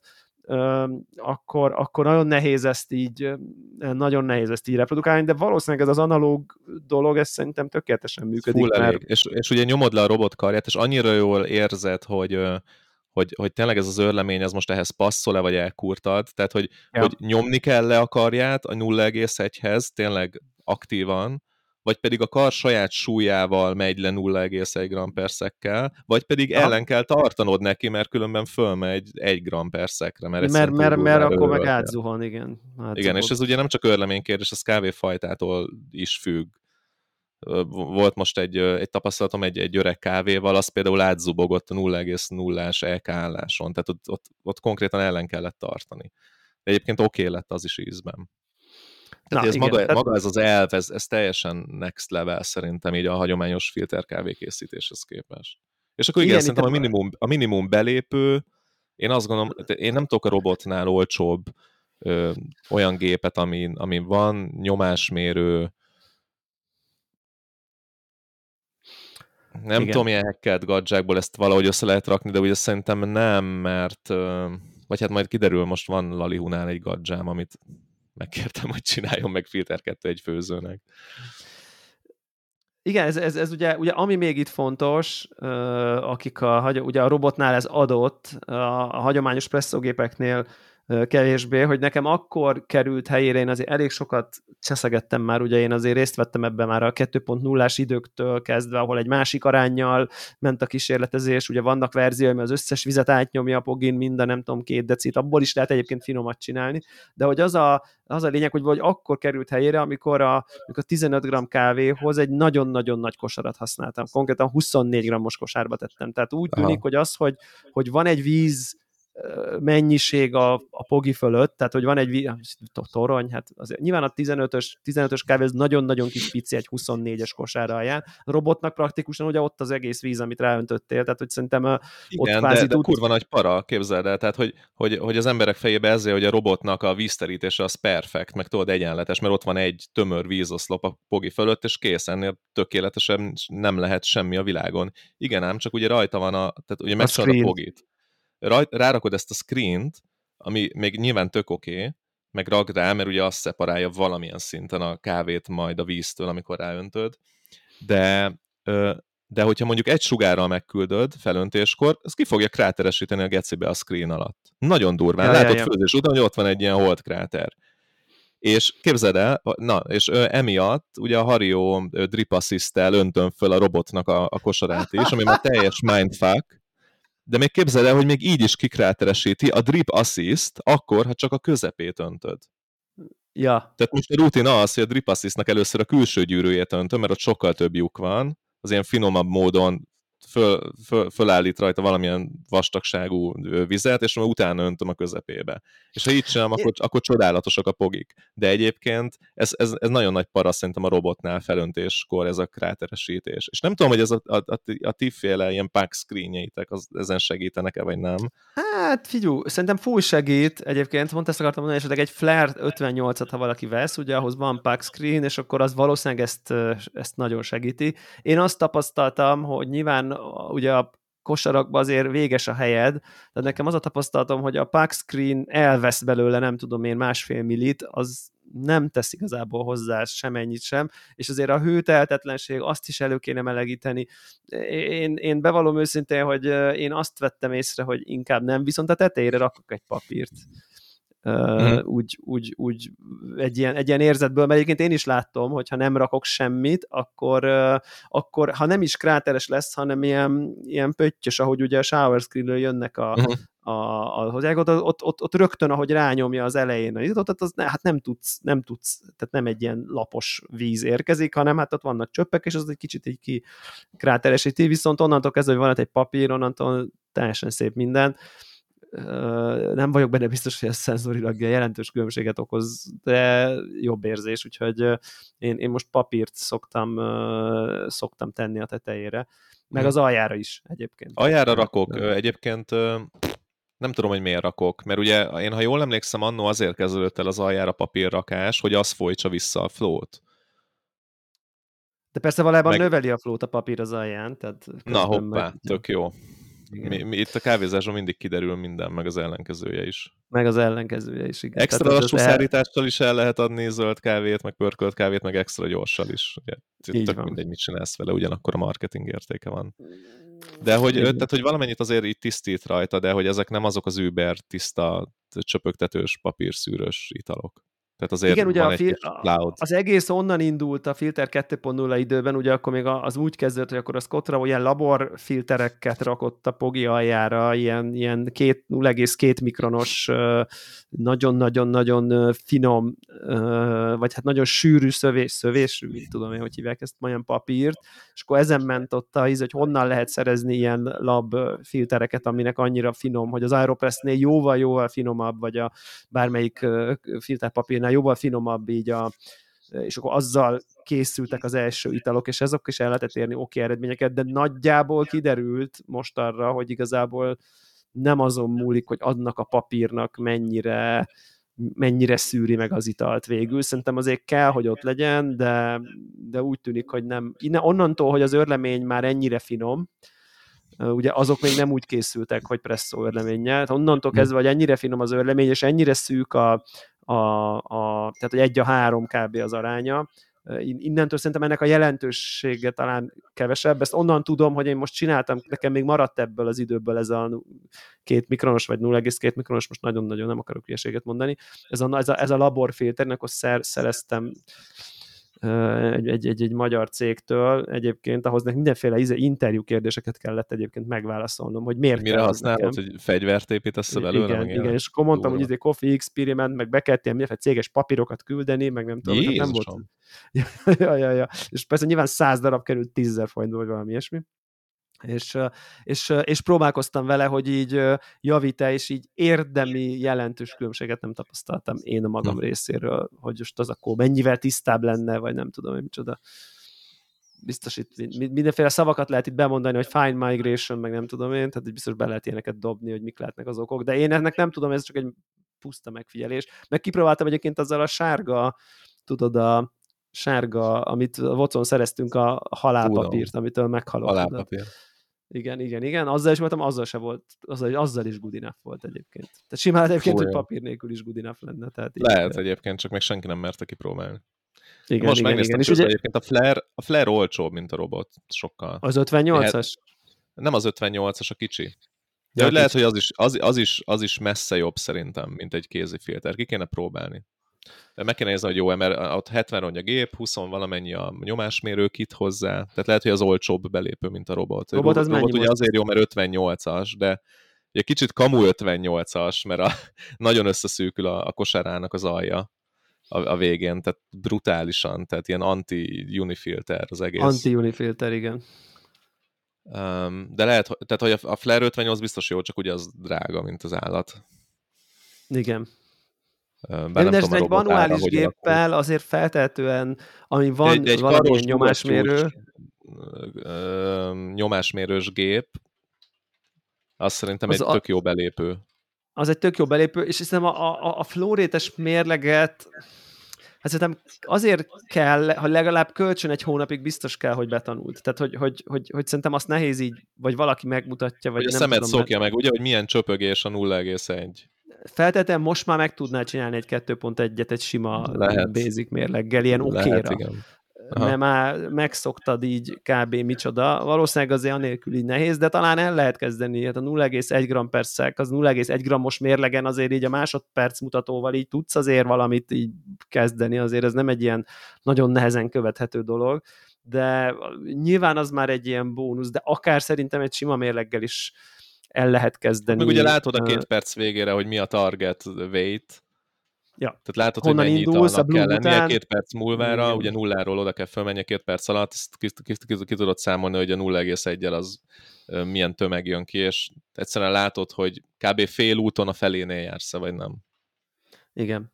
akkor nagyon nehéz ezt így reprodukálni, de valószínűleg ez az analóg dolog, ez szerintem tökéletesen működik. Full elég. És ugye nyomod le a robot karját, és annyira jól érzed, hogy tényleg ez az őrlemény, az most ehhez passzol-e, vagy elkurtad, tehát hogy nyomni kell le a karját a 0,1-hez, tényleg aktívan, vagy pedig a kar saját súlyával megy le 0,1 g/s-ekkel, vagy pedig ellen kell tartanod neki, mert különben fölmegy 1 g/s-re. Mert akkor meg átzuhan, igen. Igen, és ez ugye nem csak őrlemény kérdés, ez kávéfajtától is függ. Volt most egy tapasztalatom egy öreg kávéval, az például átzubogott a 0,0-ás EK álláson, tehát ott konkrétan ellen kellett tartani. De egyébként oké lett az is ízben. Tehát ez maga ez az elv, ez teljesen next level szerintem így a hagyományos filterkávé készítéshez képest. És akkor igen, szerintem a minimum belépő, én azt gondolom, én nem tudok a robotnál olcsóbb olyan gépet, ami van nyomásmérő, nem tudom, milyen hackelt gadgetból ezt valahogy össze lehet rakni, de ugye szerintem nem, mert vagy hát majd kiderül, most van Lalihunál egy gadget, amit megkértem, hogy csináljon meg Filter 2 egy főzőnek. Igen, ez ugye ami még itt fontos, akik ugye a robotnál ez adott, a hagyományos presszógépeknél kevésbé, hogy nekem akkor került helyére, én azért elég sokat cseszegettem már, ugye én azért részt vettem ebben már a 2.0-ás időktől kezdve, ahol egy másik aránnyal ment a kísérletezés, ugye vannak verziói, mert az összes vizet átnyomja a pogin, minden nem tudom 2 decit, abból is lehet egyébként finomat csinálni, de hogy az a lényeg, hogy akkor került helyére, amikor a 15 g kávéhoz egy nagyon-nagyon nagy kosarat használtam. Konkrétan 24 g-os kosárba tettem. Tehát úgy tűnik, hogy hogy van egy víz mennyiség a pogi fölött, tehát hogy van egy torony, hát azért, nyilván a 15-ös kávé ez nagyon-nagyon kis pici egy 24-es kosár alján. A robotnak praktikusan ugye ott az egész víz, amit ráöntöttél, tehát hogy szerintem ott igen, kvázi de kurva nagy para, képzeld el, tehát hogy az emberek fejébe ezért, hogy a robotnak a vízterítése az perfekt, meg tudod egyenletes, mert ott van egy tömör vízoszlop a pogi fölött, és kész, ennél tökéletesen nem lehet semmi a világon. Igen ám, csak ugye rajta van tehát ugye megcsinálod a pogit. Rárakod ezt a screent, ami még nyilván tök oké, meg rakd rá, mert ugye azt szeparálja valamilyen szinten a kávét majd a víztől, amikor ráöntöd, de hogyha mondjuk egy sugárral megküldöd felöntéskor, az ki fogja kráteresíteni a gecibe a screen alatt. Nagyon durván. Látod főzés után, hogy ott van egy ilyen hold kráter. És képzeld el, és emiatt ugye a Hario Drip Assist-tel öntöm föl a robotnak a kosarát is, ami már teljes mindfuck, de még képzeld el, hogy még így is kikráteresíti a Drip Assist akkor, ha csak a közepét öntöd. Ja. Tehát most a rutina az, hogy a Drip Assistnak először a külső gyűrűjét öntöm, mert ott sokkal több lyuk van, az ilyen finomabb módon fölállít rajta valamilyen vastagságú vizet, és utána öntöm a közepébe. És ha így csinálom, akkor csodálatosak a pogik. De egyébként ez nagyon nagy para szerintem a robotnál felöntéskor, ez a kráteresítés. És nem tudom, hogy ez a ti-féle ilyen pack screenjeitek ezen segítenek-e, vagy nem? Hát figyelj, szerintem full segít egyébként, pont ezt akartam mondani, esetleg egy Flare 58-at, ha valaki vesz, ugye ahhoz van pack screen, és akkor az valószínűleg ezt nagyon segíti. Én azt tapasztaltam, hogy nyilván ugye a kosarakban azért véges a helyed, de nekem az a tapasztalatom, hogy a pack screen elvesz belőle, nem tudom én, 1,5 millit, az nem tesz igazából hozzá semennyit sem, és azért a hőtehetetlenség, azt is elő kéne melegíteni. Én bevallom őszintén, hogy én azt vettem észre, hogy inkább nem, viszont a tetejére rakok egy papírt. úgy egy ilyen érzetből, mert egyébként én is láttam, hogy ha nem rakok semmit, akkor ha nem is kráteres lesz, hanem ilyen pöttyös, ahogy ugye a shower screen-ről jönnek ott rögtön, ahogy rányomja az elején hát nem tudsz, tehát nem egy ilyen lapos víz érkezik, hanem hát ott vannak csöppek, és az egy kicsit így kráteresíti, viszont onnantól kezdve, hogy van egy papír, onnantól teljesen szép minden. Nem vagyok benne biztos, hogy ez szenzorilag jelentős különbséget okoz, de jobb érzés, úgyhogy én most papírt szoktam tenni a tetejére, meg az aljára is egyébként. Aljára rakok, egyébként nem tudom, hogy miért rakok, mert ugye én, ha jól emlékszem, annó azért kezdődött el az aljára papírrakás, hogy az folytsa vissza a flót. De persze valójában növeli a flót a papír az alján. Tehát na hoppá, tök jó. Itt a kávézásban mindig kiderül minden, meg az ellenkezője is. Meg az ellenkezője is, igen. Extra lassú szárítással is el lehet adni zöld kávét, meg pörkölt kávét, meg extra gyorssal is. Ugye, tök mindegy, mit csinálsz vele, ugyanakkor a marketing értéke van. De hogy valamennyit azért itt tisztít rajta, de hogy ezek nem azok az über tiszta, csöpögtetős, papírszűrös italok. Tehát azért igen, ugye van egy az egész onnan indult a Filter 2.0 időben, ugye akkor még az úgy kezdődött, hogy akkor a Scotra ilyen laborfiltereket rakott a Pogi aljára, ilyen 0,2 mikronos, nagyon-nagyon-nagyon finom, vagy hát nagyon sűrű szövésű, mit tudom én, hogy hívják ezt, olyan papírt, és akkor ezen ment ott hogy honnan lehet szerezni ilyen lab filtereket, aminek annyira finom, hogy az Aeropressnél jóval-jóval finomabb, vagy a bármelyik filterpapírnál jóval finomabb így és akkor azzal készültek az első italok, és ezok is el lehetett érni oké eredményeket, de nagyjából kiderült most arra, hogy igazából nem azon múlik, hogy adnak a papírnak mennyire szűri meg az italt végül. Szerintem azért kell, hogy ott legyen, de úgy tűnik, hogy nem. Onnantól, hogy az örlemény már ennyire finom, ugye azok még nem úgy készültek, hogy presszó örleménnyel. Onnantól kezdve, hogy ennyire finom az örlemény, és ennyire szűk tehát hogy 1:3 kb. Az aránya. Innentől szerintem ennek a jelentősége talán kevesebb. Ezt onnan tudom, hogy én most csináltam, nekem még maradt ebből az időből ez a 2 mikronos, vagy 0,2 mikronos, most nagyon-nagyon nem akarok hülyeséget mondani. Ez a laborfilter, akkor szereztem egy magyar cégtől egyébként, ahhoz mindenféle interjú kérdéseket kellett egyébként megválaszolnom, hogy miért mire használod, hogy fegyvert építesz belőle? Igen, és akkor mondtam, hogy Coffee Experiment, meg be kellett ilyen mindenféle céges papírokat küldeni, meg nem tudom, hogy nem volt. Ja. És persze nyilván 100 darab került 10 000 forintba, vagy valami ilyesmi. És próbálkoztam vele, hogy így javít-e, és így érdemi jelentős különbséget nem tapasztaltam én a magam részéről, hogy most az akkor mennyivel tisztább lenne, vagy nem tudom, hogy micsoda. Biztos itt mindenféle szavakat lehet itt bemondani, hogy fine migration, meg nem tudom én, tehát biztos be lehet ilyeneket dobni, hogy mik lehetnek az okok, de én ennek nem tudom, ez csak egy puszta megfigyelés. Meg kipróbáltam egyébként azzal a sárga, tudod, a sárga, amit Watson szereztünk, a halálpapírt, amitől meghalok. Halálpapír. Igen, azzal is voltam, azzal se volt, azzal is good enough volt egyébként. Tehát simán egyébként, hogy papír nélkül is good enough lenne. Tehát lehet egyébként, csak még senki nem merte kipróbálni. Igen, most megnéztem és ugye... egyébként a Flare olcsóbb, mint a robot, sokkal. Az 58-as? Nem az 58-as, a kicsi. De hogy lehet, hogy az is messze jobb szerintem, mint egy kézifilter. Ki kéne próbálni. Meg kéne nézni, hogy jó, mert ott 70 rongy a gép, 20 valamennyi a nyomásmérő kit hozzá, tehát lehet, hogy az olcsóbb belépő, mint a robot. A robot ugye azért jó, mert 58-as, de egy kicsit kamu 58-as, mert nagyon összeszűkül a kosarának az alja a végén, tehát brutálisan, tehát ilyen anti-unifilter az egész. Anti-unifilter, igen. De lehet, tehát hogy a Flare 58 biztos jó, csak ugye az drága, mint az állat. Igen. Minden egy manuális géppel azért feltehetően, ami van valamilyen nyomásmérő. Nyomásmérős gép, az szerintem egy tök jó belépő. Az egy tök jó belépő, és hiszem a flow-rétes mérleget hát szerintem azért kell, hogy legalább kölcsön egy hónapig biztos kell, hogy betanult. Tehát, hogy szerintem azt nehéz így, vagy valaki megmutatja, vagy hogy nem a szemed szokja meg, ugye, hogy milyen csöpögés a 0,1. Feltétlenül most már meg tudnál csinálni egy 2.1-et egy sima basic mérleggel, ilyen okéra. Aha. már megszoktad így kb. Micsoda. Valószínűleg azért anélkül így nehéz, de talán el lehet kezdeni. Hát a 0,1 g per szek, az 0,1 g-os mérlegen azért így a másodperc mutatóval így tudsz azért valamit így kezdeni, azért ez nem egy ilyen nagyon nehezen követhető dolog, de nyilván az már egy ilyen bónusz, de akár szerintem egy sima mérleggel is el lehet kezdeni. Meg ugye látod a 2 perc végére, hogy mi a target weight. Ja. Tehát látod, Honnan hogy mennyi indulsz, a italnak kell Bloom lennie, után? 2 perc múlvára, Igen. ugye nulláról oda kell fölmenni 2 perc alatt, ezt ki tudod számolni, hogy a 0,1-el az milyen tömeg jön ki, és egyszerűen látod, hogy kb. Fél úton a felénél jársz, vagy nem. Igen.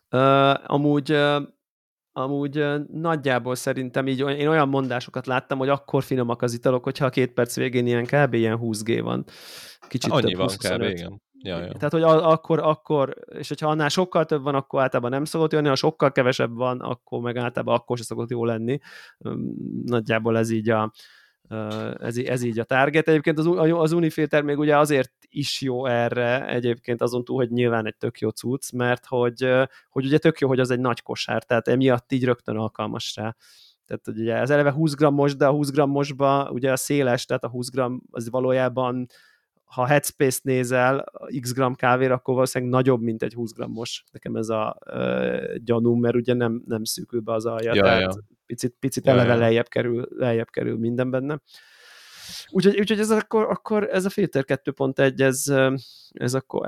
Amúgy nagyjából szerintem így én olyan mondásokat láttam, hogy akkor finomak az italok, hogyha a 2 perc végén ilyen kb. Ilyen 20 G van. Kicsit Annyi több, van 20-25. kb. Igen. Ja. Tehát, hogy akkor, és hogyha annál sokkal több van, akkor általában nem szokott jönni, ha sokkal kevesebb van, akkor meg általában akkor se szokott jó lenni. Nagyjából ez így ez így a target. Egyébként az Unifilter még ugye azért is jó erre egyébként azon túl, hogy nyilván egy tök jó cucc, mert hogy ugye tök jó, hogy az egy nagy kosár, tehát emiatt így rögtön alkalmas rá. Tehát hogy ugye az eleve 20 g-os, de a 20 g-osba ugye a széles, tehát a 20 g az valójában, ha Headspace nézel x gram kávéra, akkor valószínűleg nagyobb, mint egy 20 g-os. Nekem ez a gyanúm, mert ugye nem szűkül be az alja, tehát picit eleve lejjebb kerül minden benne. Úgyhogy ez akkor ez a Filter 2.1, ez akkor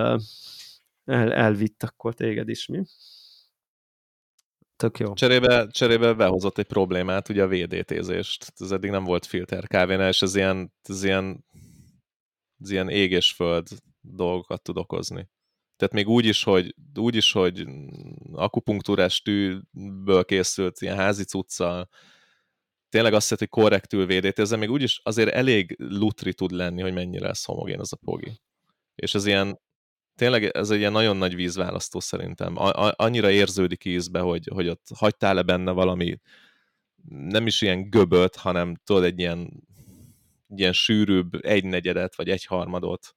elvitt akkor téged is, mi? Tök jó. Cserébe behozott egy problémát, ugye a VDT-zést. Ez eddig nem volt filter kávénál, és ez ilyen ég és föld dolgokat tud okozni. Tehát még úgy is, hogy akupunktúrás tűből készült ilyen házi cuccal, tényleg azt jelenti, hogy korrektül VDT-ezzel, még úgy is azért elég lutri tud lenni, hogy mennyire lesz homogén az a pogi. És ez ilyen, tényleg ez egy ilyen nagyon nagy vízválasztó szerintem. Annyira érződik ízbe, hogy ott hagytál-e benne valami, nem is ilyen göböt, hanem tudod, egy ilyen sűrűbb 1/4 vagy 1/3.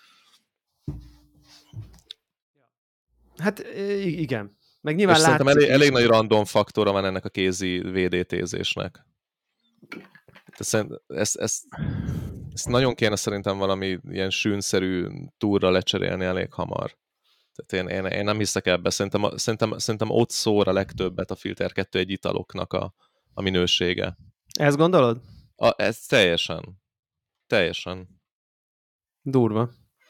Hát igen. Meg nyilván és szerintem elég nagy is. random faktora van ennek a kézi VDT-zésnek. Ezt nagyon kéne szerintem valami ilyen sűnszerű túrra lecserélni elég hamar. Tehát én nem hiszek ebbe. Szerintem ott szór a legtöbbet a Filter 2 egy italoknak a minősége. Ezt gondolod? Ez teljesen. Teljesen. Durva.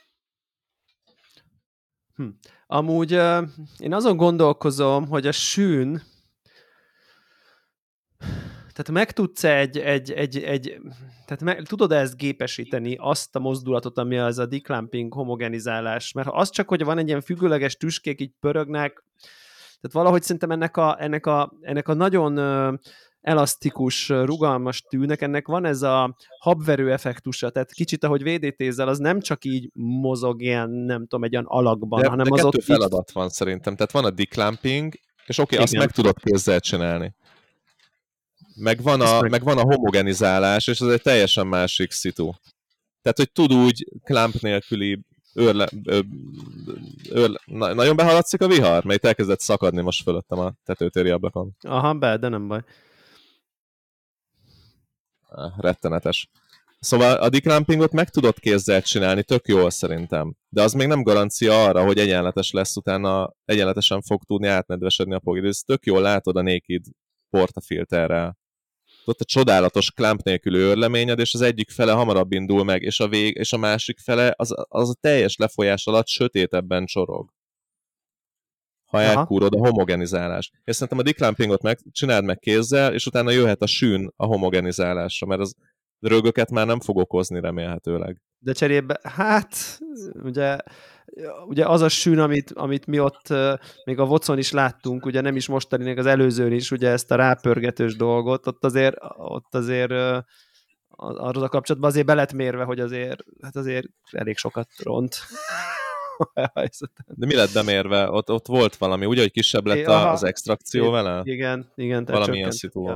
Amúgy én azon gondolkozom, hogy a sűn, tehát meg tudsz tudod ezt gépesíteni, azt a mozdulatot, ami az a declumping homogenizálás, mert ha az csak, hogy van egy ilyen függőleges tüskék, így pörögnek, tehát valahogy szerintem ennek a nagyon elasztikus, rugalmas tűnek, ennek van ez a habverő effektusa, tehát kicsit, ahogy VDT-zel, az nem csak így mozog ilyen, nem tudom, egy olyan alakban, hanem de az kettő ott feladat van szerintem. Tehát van a declumping, és oké, azt meg tudod kézzel csinálni. Meg van a homogenizálás, és ez egy teljesen másik szitu. Tehát, hogy tud úgy clamp nélküli nagyon behaladszik a vihar, mert elkezdett szakadni most fölöttem a tetőtéri ablakon. Aha, de nem baj. Rettenetes. Szóval a declumpingot meg tudod kézzel csinálni, tök jól szerintem. De az még nem garancia arra, hogy egyenletes lesz utána, egyenletesen fog tudni átnedvesedni a pogi. Ez tök jól látod a Naked portafilterrel. Ott a csodálatos clamp nélkülű őrleményed, és az egyik fele hamarabb indul meg, és a másik fele az a teljes lefolyás alatt sötétebben csorog. Ha elkúrod a homogenizálást. És szerintem a declumpingot csináld meg kézzel, és utána jöhet a sűn a homogenizálásra, mert az rögöket már nem fog okozni remélhetőleg. De cserébe, hát, ugye az a sűn, amit mi ott még a Vocon is láttunk, ugye nem is mostani, még az előzőn is, ugye ezt a rápörgetős dolgot, ott azért arra a kapcsolatban azért be lett mérve, hogy azért elég sokat ront. De mi lett bemérve? Ott volt valami, ugye, hogy kisebb lett az extrakció vele? Igen. Valamilyen szitu volt.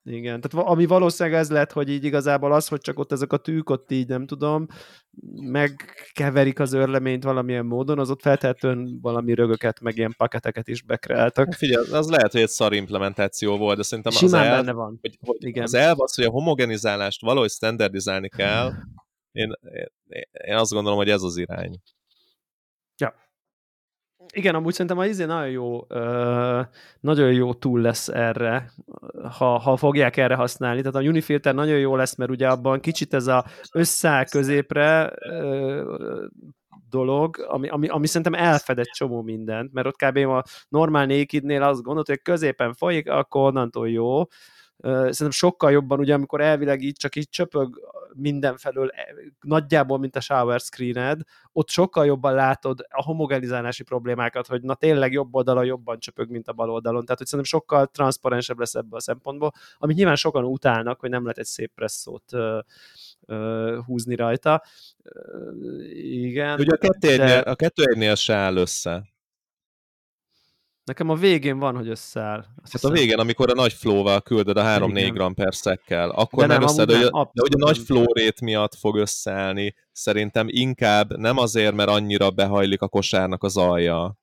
Igen, tehát ami valószínűleg ez lett, hogy így igazából az, hogy csak ott ezek a tűk ott így, nem tudom, megkeverik az őrleményt valamilyen módon, az ott feltehetően valami rögöket, meg ilyen paketeket is bekreáltak. Figyelj, az lehet, hogy egy szar implementáció volt, de szerintem az Simán elv, benne van. hogy Igen. az elv az, hogy a homogenizálást valahogy standardizálni kell, én azt gondolom, hogy ez az irány. Ja. Igen, amúgy szerintem az izé nagyon jó túl lesz erre, ha fogják erre használni. Tehát a Unifilter nagyon jó lesz, mert ugye abban kicsit ez a összeáll középre dolog, ami szerintem elfed egy csomó mindent, mert ott kb. A normál Nakednél azt gondolod, hogy középen folyik, akkor onnantól jó. Szerintem sokkal jobban, ugye amikor elvileg így csak így csöpög mindenfelől, nagyjából, mint a shower screened, ott sokkal jobban látod a homogenizálási problémákat, hogy na tényleg jobb oldalon jobban csöpög, mint a bal oldalon. Tehát, hogy szerintem sokkal transzparensebb lesz ebből a szempontból, amit nyilván sokan utálnak, hogy nem lehet egy szép presszót húzni rajta. Igen. Ugye a 2.1-nél se áll össze. Nekem a végén van, hogy összeáll. Hát a végén, amikor a nagy flow-val küldöd a 3-4 gram per szekkel, akkor már összeáll, de hogy a nagy flow rate miatt fog összeállni, szerintem inkább nem azért, mert annyira behajlik a kosárnak az alja.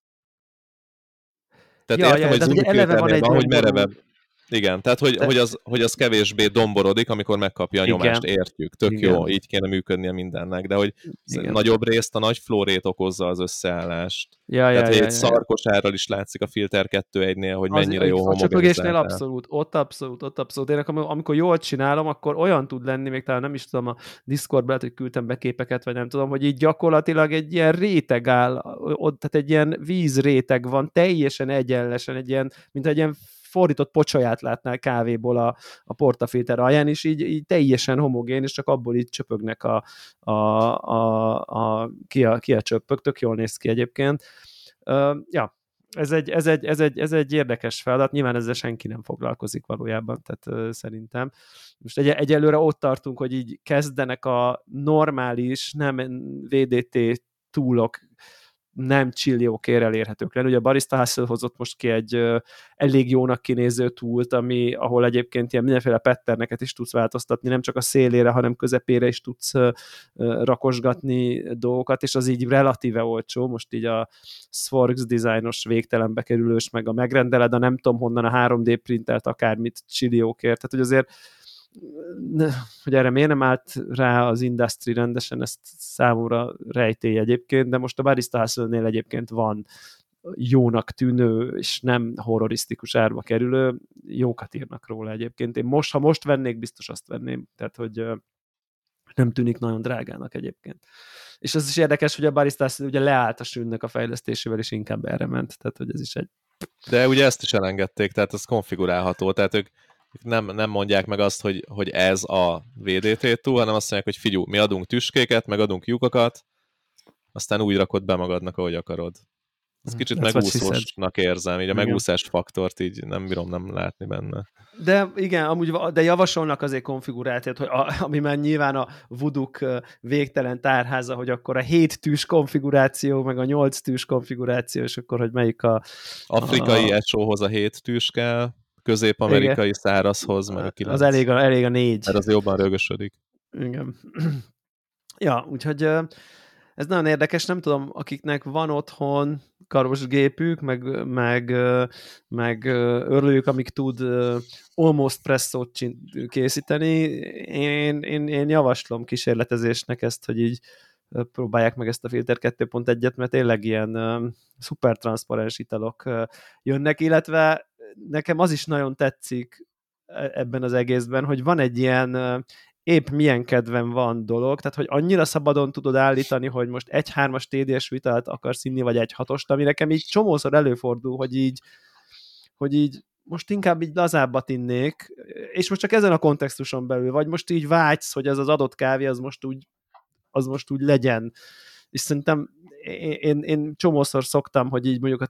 Tehát értem, hogy Unifilternél van, hogy merevebb. Igen, tehát hogy az kevésbé domborodik, amikor megkapja a nyomást, értjük. Tök jó, így kéne működnie mindennek, de hogy nagyobb részt a nagy flow rate okozza az összeállást. Tehát egy szarkosárral is látszik a Filter 2.1-nél, hogy mennyire jó homogenizáltál. A csöpögésnél abszolút. Én amikor jól csinálom, akkor olyan tud lenni, még talán nem is tudom, a Discordban lehet, hogy küldtem be képeket, vagy nem tudom, hogy így gyakorlatilag egy ilyen réteg áll, tehát egy ilyen vízréteg van, teljesen egyenlesen, mint egy ilyen fordított pocsolyát látnál kávéból a portafilter alján, és így teljesen homogén, és csak abból így csöpögnek ki a csöpög, tök jól néz ki egyébként. Ja, ez egy érdekes feladat, nyilván ezzel senki nem foglalkozik valójában, tehát szerintem. Most egyelőre ott tartunk, hogy így kezdenek a normális, nem VDT túlok nem csilliókért elérhetők lenni. Ugye a Barista Hustle hozott most ki egy elég jónak kinéző túlt, ahol egyébként ilyen mindenféle patterneket is tudsz változtatni, nem csak a szélére, hanem közepére is tudsz rakosgatni dolgokat, és az így relatíve olcsó, most így a Sworx designos végtelenbe kerülős, meg a megrendeled, a nem tudom honnan a 3D printelt akármit csilliókért, tehát hogy azért hogy erre miért nem állt rá az industry rendesen, ezt számomra rejtély egyébként, de most a Barista Hustle-nél egyébként van jónak tűnő, és nem horrorisztikus árba kerülő, jókat írnak róla egyébként. Ha most vennék, biztos azt venném, tehát hogy nem tűnik nagyon drágának egyébként. És az is érdekes, hogy a Barista Hustle ugye leállt a sűnnek a fejlesztésével, és inkább erre ment, tehát hogy ez is egy... De ugye ezt is elengedték, tehát ez konfigurálható, tehát ők nem mondják meg azt, hogy ez a VDT túl, hanem azt mondják, hogy figyelj, mi adunk tüskéket, meg adunk lyukakat, aztán úgy rakod be magadnak, ahogy akarod. Ez kicsit megúszósnak érzem, így a megúszás faktort így nem bírom nem látni benne. De igen, de javasolnak azért konfigurációt, hogy ami már nyilván a Voodoo-k végtelen tárháza, hogy akkor a 7 tűs konfiguráció, meg a 8 tűs konfiguráció, és akkor, hogy melyik afrikai esóhoz a 7 tűs kell, közép-amerikai szárazhoz, meg a 9. Az elég a 4. Mert az jobban rögösödik. Igen. Ja, úgyhogy ez nagyon érdekes, nem tudom, akiknek van otthon karos gépük, meg örlőjük, amik tud almost presszót készíteni. Én javaslom kísérletezésnek ezt, hogy így próbálják meg ezt a Filter 2.1-et, mert tényleg ilyen szuper transzparens italok jönnek, illetve nekem az is nagyon tetszik ebben az egészben, hogy van egy ilyen épp milyen kedven van dolog, tehát hogy annyira szabadon tudod állítani, hogy most 1.3-as TDS vitalt akarsz inni, vagy 1.6-ost, ami nekem így csomószor előfordul, hogy így most inkább így lazábbat innék, és most csak ezen a kontextuson belül, vagy most így vágysz, hogy ez az adott kávé az most úgy legyen. És szerintem én csomószor szoktam, hogy így mondjuk a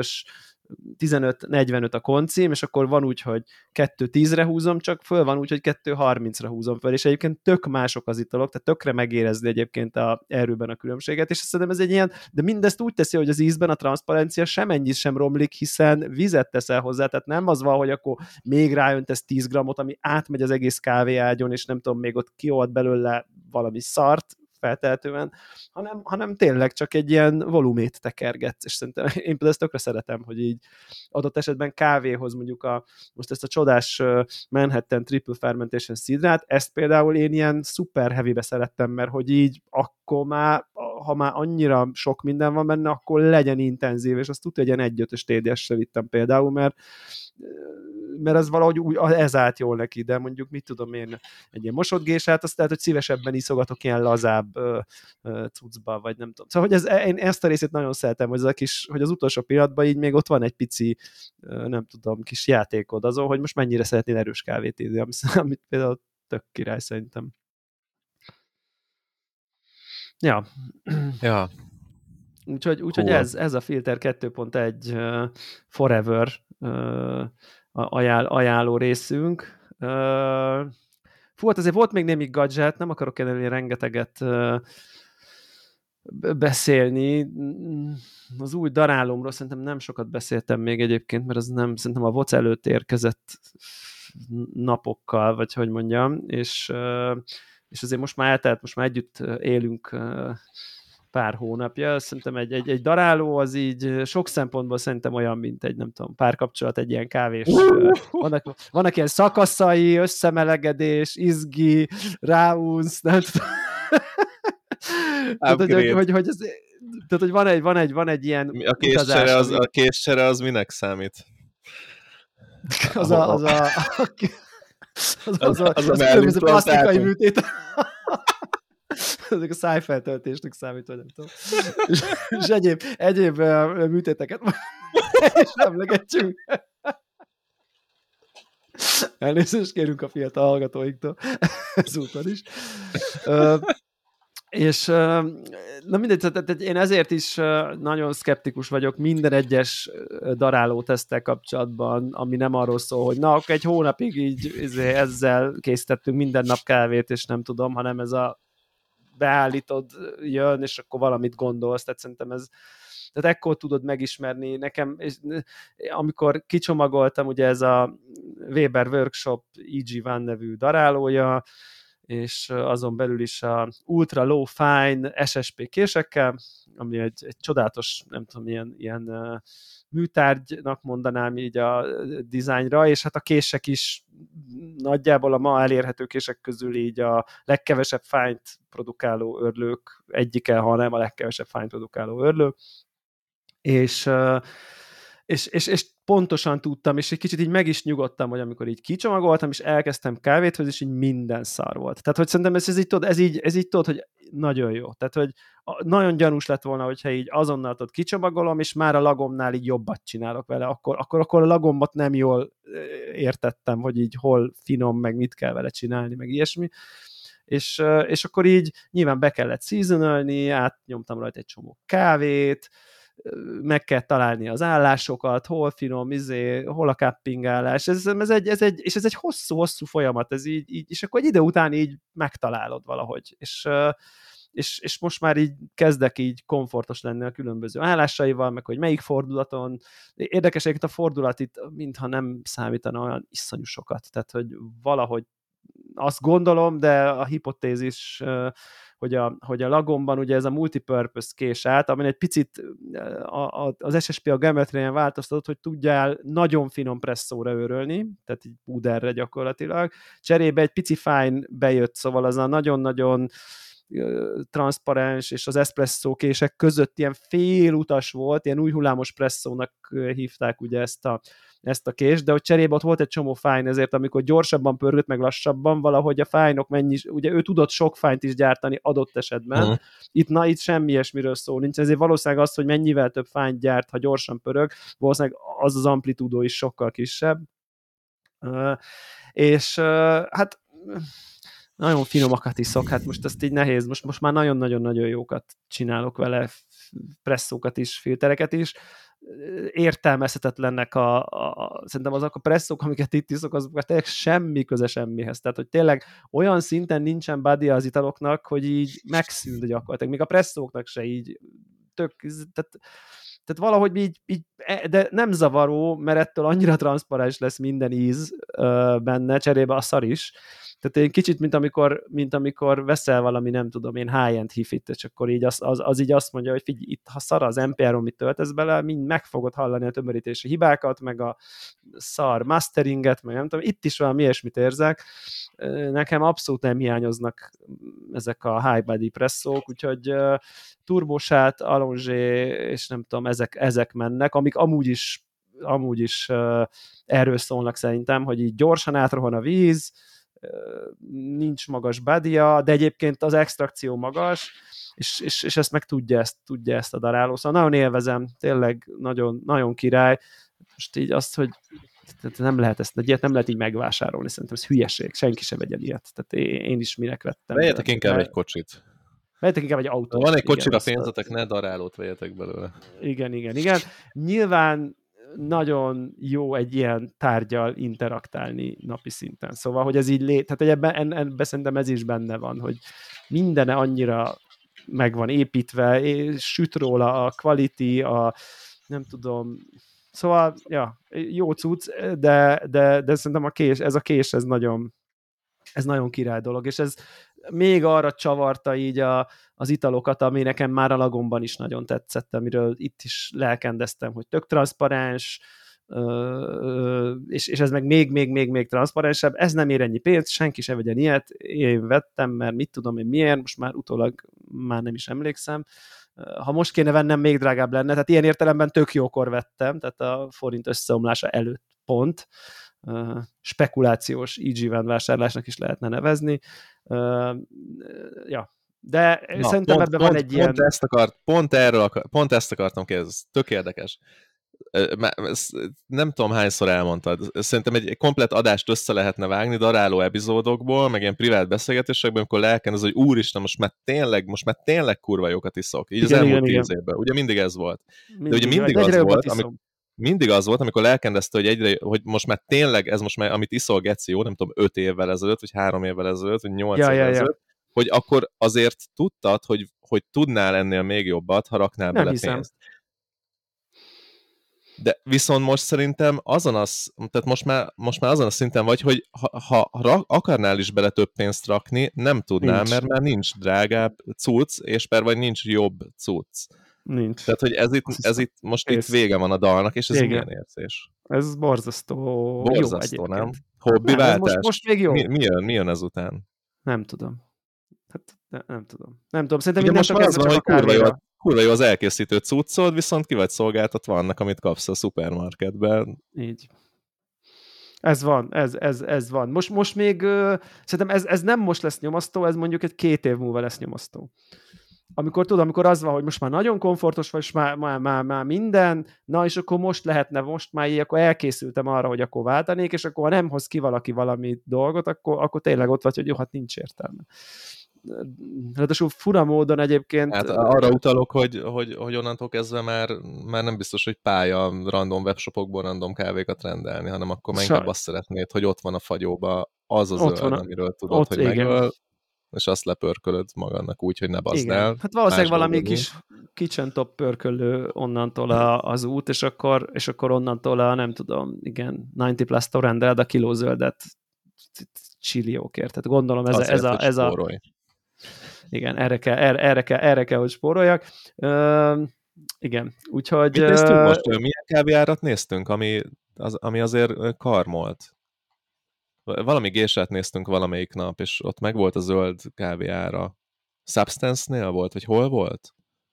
15-45 a koncim, és akkor van úgy, hogy 2-10-re húzom csak föl, van úgy, hogy 2-30-ra húzom föl, és egyébként tök mások az italok, tehát tökre megérezni egyébként erőben a különbséget, és szerintem ez egy ilyen, de mindezt úgy teszi, hogy az ízben a transzparencia semennyit sem romlik, hiszen vizet teszel hozzá, tehát nem az van, hogy akkor még ráöntesz 10 grammot, ami átmegy az egész kávéágyon, és nem tudom, még ott kiold belőle valami szart, feltehetően, hanem tényleg csak egy ilyen volumét tekergetsz, és szerintem én például ezt tökre szeretem, hogy így adott esetben kávéhoz mondjuk most ezt a csodás Manhattan Triple Fermentation szidrát, ezt például én ilyen szuper heavybe szerettem, mert hogy így akkor már, ha már annyira sok minden van benne, akkor legyen intenzív, és azt tudja, hogy ilyen 1/5-ös TDS-sel vittem például, mert ez valahogy úgy, ez állt jól neki, de mondjuk mit tudom én, egy ilyen mosott gésát, azt lehet, hogy szívesebben iszogatok ilyen lazább cuccba, vagy nem tudom. Szóval, hogy én ezt a részét nagyon szeretem, hogy, hogy az utolsó pillanatban így még ott van egy pici, nem tudom, kis játékod azon, hogy most mennyire szeretnél erős kávét írni, amit például tök király szerintem. Ja. Ja. Úgyhogy ez a Filter 2.1 Forever ajánló részünk. Azért volt még némi gadget, nem akarok ennél rengeteget beszélni. Az új darálomról szerintem nem sokat beszéltem még egyébként, mert az nem, szerintem a VOC előtt érkezett napokkal, vagy hogy mondjam, és azért most már eltelt, most már együtt élünk pár hónapja. Szerintem egy daráló az így sok szempontból szerintem olyan, mint egy, nem tudom, párkapcsolat, egy ilyen kávés. Vannak ilyen szakaszai, összemelegedés, izgi, ráunsz, nem tudom. Tehát, hogy van egy ilyen a késcsere az minek számít? Az különböző plastikai műtét. Ezek a szájfeltöltésnek számít, vagy nem tudom. És egyéb műtéteket is emlegetjünk. Elnézést kérünk a fiatal hallgatóinktól ezúton is. És na mindegy, tehát én ezért is nagyon szkeptikus vagyok minden egyes daráló teszttel kapcsolatban, ami nem arról szól, hogy na, akkor egy hónapig így ezzel készítettünk minden nap kávét, és nem tudom, hanem ez a beállítod, jön, és akkor valamit gondolsz, tehát szerintem tehát ekkor tudod megismerni nekem, és amikor kicsomagoltam, ugye ez a Weber Workshop EG1 nevű darálója, és azon belül is a Ultra Low Fine SSP késekkel, ami egy csodálatos, nem tudom, ilyen műtárgynak mondanám így a dizájnra, és hát a kések is nagyjából a ma elérhető kések közül így a legkevesebb fájnt produkáló örlők egyike, hanem a legkevesebb fájnt produkáló örlő. És pontosan tudtam, és egy kicsit így meg is nyugodtam, hogy amikor így kicsomagoltam, és elkezdtem kávéthoz, és így minden szar volt. Tehát, hogy szerintem ez így tudod, hogy nagyon jó. Tehát, hogy nagyon gyanús lett volna, hogyha így azonnal tudod kicsomagolom, és már a lagomnál így jobbat csinálok vele, akkor a lagommat nem jól értettem, hogy így hol finom, meg mit kell vele csinálni, meg ilyesmi. És akkor így nyilván be kellett seasonalni, átnyomtam rajta egy csomó kávét, meg kell találni az állásokat, hol finom, hol a cupping állás, és ez egy hosszú folyamat, ez így, és akkor egy ide után így megtalálod valahogy, és most már így kezdek így komfortos lenni a különböző állásaival, meg hogy melyik fordulaton, érdekes egyébként a fordulat itt, mintha nem számítana olyan iszonyú sokat, tehát hogy valahogy azt gondolom, de a hipotézis, hogy a lagomban ugye ez a multipurpose kés át, amin egy picit az SSP a geometrián változtatott, hogy tudjál nagyon finom presszóra őrölni, tehát így púderre gyakorlatilag. Cserébe egy pici fine bejött, szóval az a nagyon-nagyon transzparens és az espresszó kések között ilyen félutas volt, ilyen új hullámos presszónak hívták ugye ezt a kést, de hogy cserébe ott volt egy csomó fájn, ezért amikor gyorsabban pörgött, meg lassabban, valahogy a fájnok ugye ő tudott sok fájnt is gyártani adott esetben. Itt semmi ilyesmiről szó nincs, ezért valószínűleg az, hogy mennyivel több fájnt gyárt, ha gyorsan pörög, valószínűleg az amplitúdó is sokkal kisebb. És hát nagyon finomakat iszok, hát most ezt így nehéz, most már nagyon-nagyon-nagyon jókat csinálok vele, presszókat is, filtereket is, értelmezhetetlennek szerintem azok a presszók, amiket itt iszok, azok tényleg semmi köze semmihez. Tehát, hogy tényleg olyan szinten nincsen body az italoknak, hogy így megszűnt gyakorlatilag. Még a presszóknak se így tehát valahogy így, de nem zavaró, mert ettől annyira transzparens lesz minden íz benne, cserébe a szar is. Tehát én kicsit, mint amikor veszel valami, nem tudom én, high-end hifit, és akkor így az így azt mondja, hogy figyelj, itt ha szar az NPR-on, mit töltesz bele, mind meg fogod hallani a tömörítési hibákat, meg a szar masteringet, meg nem tudom, itt is valami ilyesmit érzek. Nekem abszolút nem hiányoznak ezek a high body presszók, úgyhogy turbosát, Allongé, és nem tudom, ezek mennek, amik amúgy is erről szólnak szerintem, hogy így gyorsan átrohan a víz, nincs magas bádja, de egyébként az extrakció magas, és ezt meg tudja ezt a daráló. Szóval nagyon élvezem, tényleg nagyon, nagyon király. Most így azt, hogy nem lehet ezt, ilyet nem lehet így megvásárolni, szerintem ez hülyeség, senki se vegyen ilyet. Tehát én is minek vettem. Vegyetek inkább egy kocsit. Vegyetek inkább egy autót. Van egy kocsira pénzetek, ne darálót vegyetek belőle. Igen. Nyilván nagyon jó egy ilyen tárgyal interaktálni napi szinten. Szóval, hogy ez így tehát ebben szerintem ez is benne van, hogy mindene annyira meg van építve, és süt róla a quality, nem tudom, szóval, ja, jó cucc, de szerintem ez a kés, ez nagyon király dolog, és ez még arra csavarta így az italokat, ami nekem már a Lagomban is nagyon tetszett, amiről itt is lelkendeztem, hogy tök transzparens, és ez meg még transzparensebb, ez nem ér ennyi pénzt, senki se vegyen ilyet, én vettem, mert mit tudom én miért, most már utólag már nem is emlékszem, ha most kéne vennem, még drágább lenne, tehát ilyen értelemben tök jókor vettem, tehát a forint összeomlása előtt pont, spekulációs EG-ven vásárlásnak is lehetne nevezni. Ja, de szerintem ebben van egy ilyen... Pont ezt akartam kérdezni, tök érdekes. Nem tudom hányszor elmondtad. Szerintem egy komplet adást össze lehetne vágni daráló epizódokból, meg ilyen privát beszélgetésekben, amikor lelkendez, hogy úristen, most már tényleg kurva jókat iszok. Így igen, az elmúlt 10 évben. Ugye mindig ez volt. De ugye mindig az volt, amikor lelkendezte, hogy most már tényleg, ez most már, amit iszol geci, jó, nem tudom, 5 évvel ezelőtt, vagy 3 évvel ezelőtt, vagy 8 évvel ezelőtt, hogy akkor azért tudtad, hogy tudnál ennél még jobbat, ha raknál nem bele pénzt. De viszont most szerintem tehát most már azon a szinten vagy, hogy ha akarnál is bele több pénzt rakni, nem tudnál, mert már nincs drágább cucc, és vagy nincs jobb cucc. Nincs. Tehát, hogy ez itt most itt vége van a dalnak, és ez milyen érzés? Ez borzasztó jó, nem? Hobbiváltás? Most még jó. Mi jön ezután? Nem tudom. Hát, nem tudom. Szerintem ugye most már az van, hogy kurva jó az elkészítő cuccod, viszont ki vagy szolgáltatva annak, amit kapsz a szupermarketben. Így. Ez van. Most még szerintem ez nem most lesz nyomasztó, ez mondjuk egy 2 év múlva lesz nyomasztó. Amikor az van, hogy most már nagyon komfortos vagy, már minden, na és akkor most már így, akkor elkészültem arra, hogy akkor váltanék, és akkor ha nem hoz ki valaki valami dolgot, akkor tényleg ott vagy, hogy jó, hát nincs értelme. Ráadásul fura módon egyébként... Hát arra utalok, hogy onnantól kezdve már nem biztos, hogy pálya random webshopokból random kávékat rendelni, hanem akkor már inkább azt szeretnéd, hogy ott van a fagyóba az a zöld, amiről tudod, hogy megöl, és azt lepörkölöd magadnak úgy, hogy ne bazd el. Hát valószínűleg valami kis kitchen top pörkölő onnantól az út, és akkor onnantól nem tudom, igen, 90 plus rendeled a kiló zöldet csilliókért. Tehát gondolom ez a igen, erre kell, hogy spóroljak. Igen, úgyhogy... Mit néztünk most? Milyen kávéárat néztünk, ami azért karmolt? Valami gésát néztünk valamelyik nap, és ott meg volt a zöld kávéára. Substance-nél volt, vagy hol volt?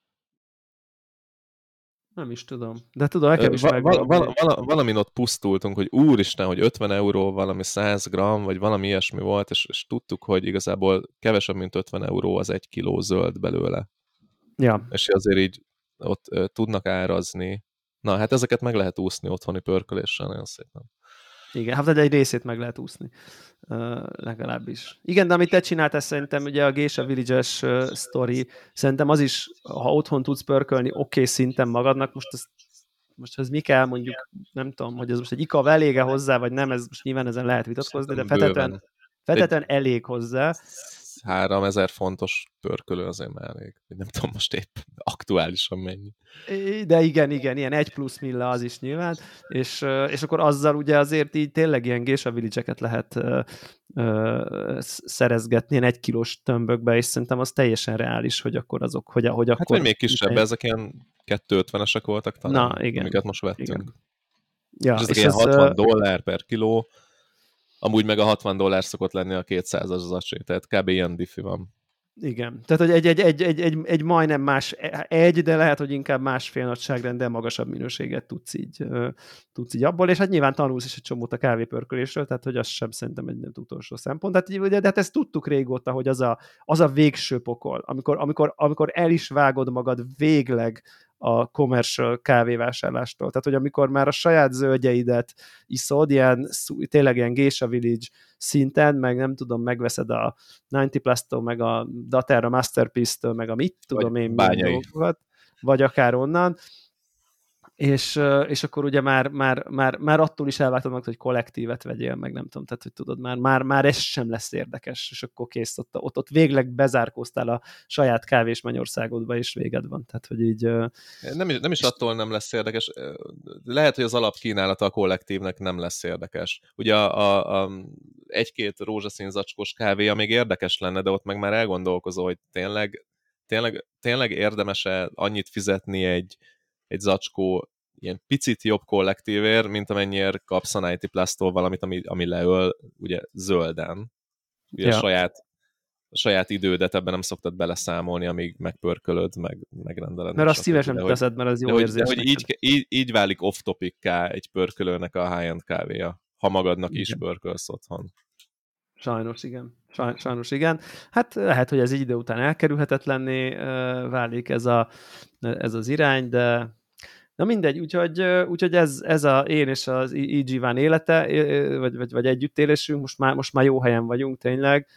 Nem is tudom. De tudom, nekem is megvan. Valamin ott pusztultunk, hogy úristen, hogy 50 euró valami 100 gram, vagy valami ilyesmi volt, és tudtuk, hogy igazából kevesebb, mint 50 euró az 1 kiló zöld belőle. Ja. És azért így ott tudnak árazni. Na, hát ezeket meg lehet úszni otthoni pörköléssel nagyon szépen. Igen, hát egy részét meg lehet úszni. Legalábbis. Igen, de amit te csináltál, szerintem ugye a Geisha Village-es sztori, szerintem az is, ha otthon tudsz pörkölni szinten magadnak, most ez mi kell, mondjuk, nem tudom, hogy ez most egy ikav elége hozzá, vagy nem, ez most nyilván ezen lehet vitatkozni, de Bőven. feltétlenül elég hozzá. 3000 fontos pörkölő azért már elég. Nem tudom most épp aktuálisan mennyi. De igen, ilyen 1+ milla az is nyilván, és akkor azzal ugye azért így tényleg ilyen Geisha Village-eket lehet szerezgetni ilyen 1 kilós tömbökbe, és szerintem az teljesen reális, hogy akkor azok, hogy akkor... Hát vagy még kisebb, ezek ilyen 250-esek voltak talán, na, igen, amiket most vettünk. Igen. Ja, és ezek ilyen $60 per kiló, amúgy meg a $60 szokott lenni a 200-as zacsé, tehát kb. Ilyen diffi van. Igen, tehát hogy egy majdnem más, de lehet, hogy inkább másfél nagyságrenddel magasabb minőséget tudsz így abból, és hát nyilván tanulsz is egy csomót a kávépörkölésről, tehát hogy az sem szerintem egy nem utolsó szempont. De hát ezt tudtuk régóta, hogy az a végső pokol, amikor el is vágod magad végleg a commercial kávévásárlástól. Tehát, hogy amikor már a saját zöldjeidet iszod, tényleg ilyen Geisha Village szinten, meg nem tudom, megveszed a 90 Plus-tól, meg a Daterra Masterpiece-től, meg a mit tudom én milyen dolgokat, vagy akár onnan, és akkor ugye már attól is elváltad meg, hogy kollektívet vegyél, meg nem tudom, tehát hogy tudod, már ez sem lesz érdekes, és akkor kész, ott végleg bezárkóztál a saját kávés mennyországodba, és véged van, tehát hogy így... Nem is attól nem lesz érdekes, lehet, hogy az alapkínálata a kollektívnek nem lesz érdekes. Ugye a egy-két rózsaszín zacskós kávéja még érdekes lenne, de ott meg már elgondolkozol, hogy tényleg érdemes-e annyit fizetni egy zacskó ilyen picit jobb kollektívért, mint amennyiért kapsz a 90 Plus-tól valamit, ami leöl ugye zölden. Ugye a saját idődet ebben nem szoktad beleszámolni, amíg megpörkölöd, megrendeled. Mert azt szívesen teszed, mert az jó érzés. De hogy így válik off-topic-ká egy pörkölőnek a high-end kávéja, ha magadnak igen. is pörkölsz otthon. Sajnos igen. Hát lehet, hogy ez egy idő után elkerülhetetlenné válik ez az irány, de na mindegy, úgyhogy ez én és az Igiván élete, vagy együttélésünk, most már jó helyen vagyunk tényleg.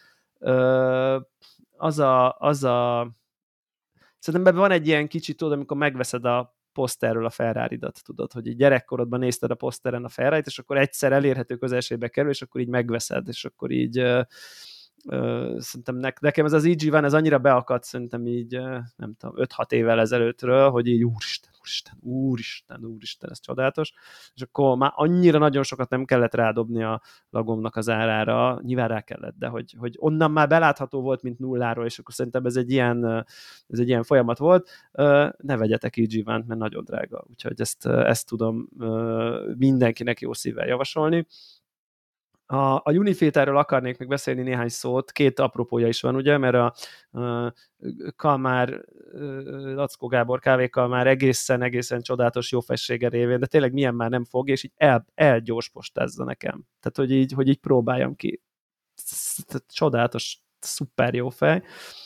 Szerintem ebben van egy ilyen kicsit, tudod, amikor megveszed a poszterről a Ferrari-dat, tudod, hogy így gyerekkorodban nézted a poszteren a Ferrari-t, és akkor egyszer elérhető közelségbe kerül, és akkor így megveszed, és akkor így szerintem nekem ez az Ichiban, ez annyira beakadt szerintem így, nem tudom, 5-6 évvel ezelőttről, hogy így úristen, ez csodálatos, és akkor már annyira nagyon sokat nem kellett rádobni a lagomnak az árára, nyilván rá kellett, de hogy onnan már belátható volt, mint nulláról, és akkor szerintem ez egy ilyen folyamat volt. Ne vegyetek Ichiban, mert nagyon drága, úgyhogy ezt tudom mindenkinek jó szívvel javasolni. A Unifilterről akarnék még beszélni néhány szót, 2 apropója is van, ugye, mert a Kalmár, Lackó Gábor kávékkal egészen csodálatos jó fessége révén, de tényleg milyen már nem fog, és így elgyorspostázza nekem. Tehát, hogy így próbáljam ki. Csodálatos, szuper jó fej.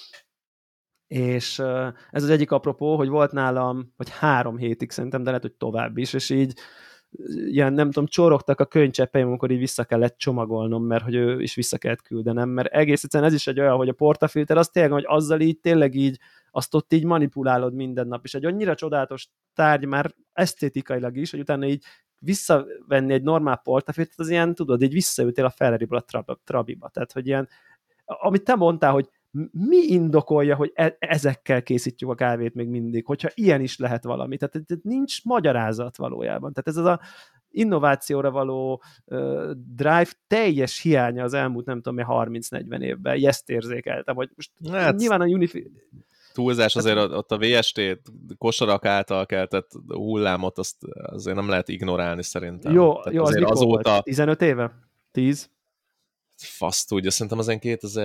És ez az egyik apropó, hogy volt nálam, vagy 3 hétig szerintem, de lehet, hogy tovább is, és így ilyen, nem tudom, csorogtak a könycseppelyem, amikor így vissza kellett csomagolnom, mert hogy ő is vissza kellett küldenem, mert egész egyszerűen ez is egy olyan, hogy a portafilter, az tényleg, hogy azzal így tényleg így, azt ott így manipulálod minden nap, és egy annyira csodálatos tárgy már esztétikailag is, hogy utána így visszavenni egy normál portafiltert, az ilyen, tudod, így visszaültél a Ferrari-ból a Trabiba, tehát, hogy ilyen, amit te mondtál, hogy mi indokolja, hogy ezekkel készítjük a kávét még mindig, hogyha ilyen is lehet valami. Tehát nincs magyarázat valójában. Tehát ez az a innovációra való drive teljes hiánya az elmúlt, nem tudom, 30-40 évben. Ezt érzékeltem, hogy most nyilván a túlzás azért ott a VST kosarak által keltett hullámot, azt azért nem lehet ignorálni szerintem. Jó, az mikor azóta... volt? 15 éve? 10? Fasz tudja, szerintem az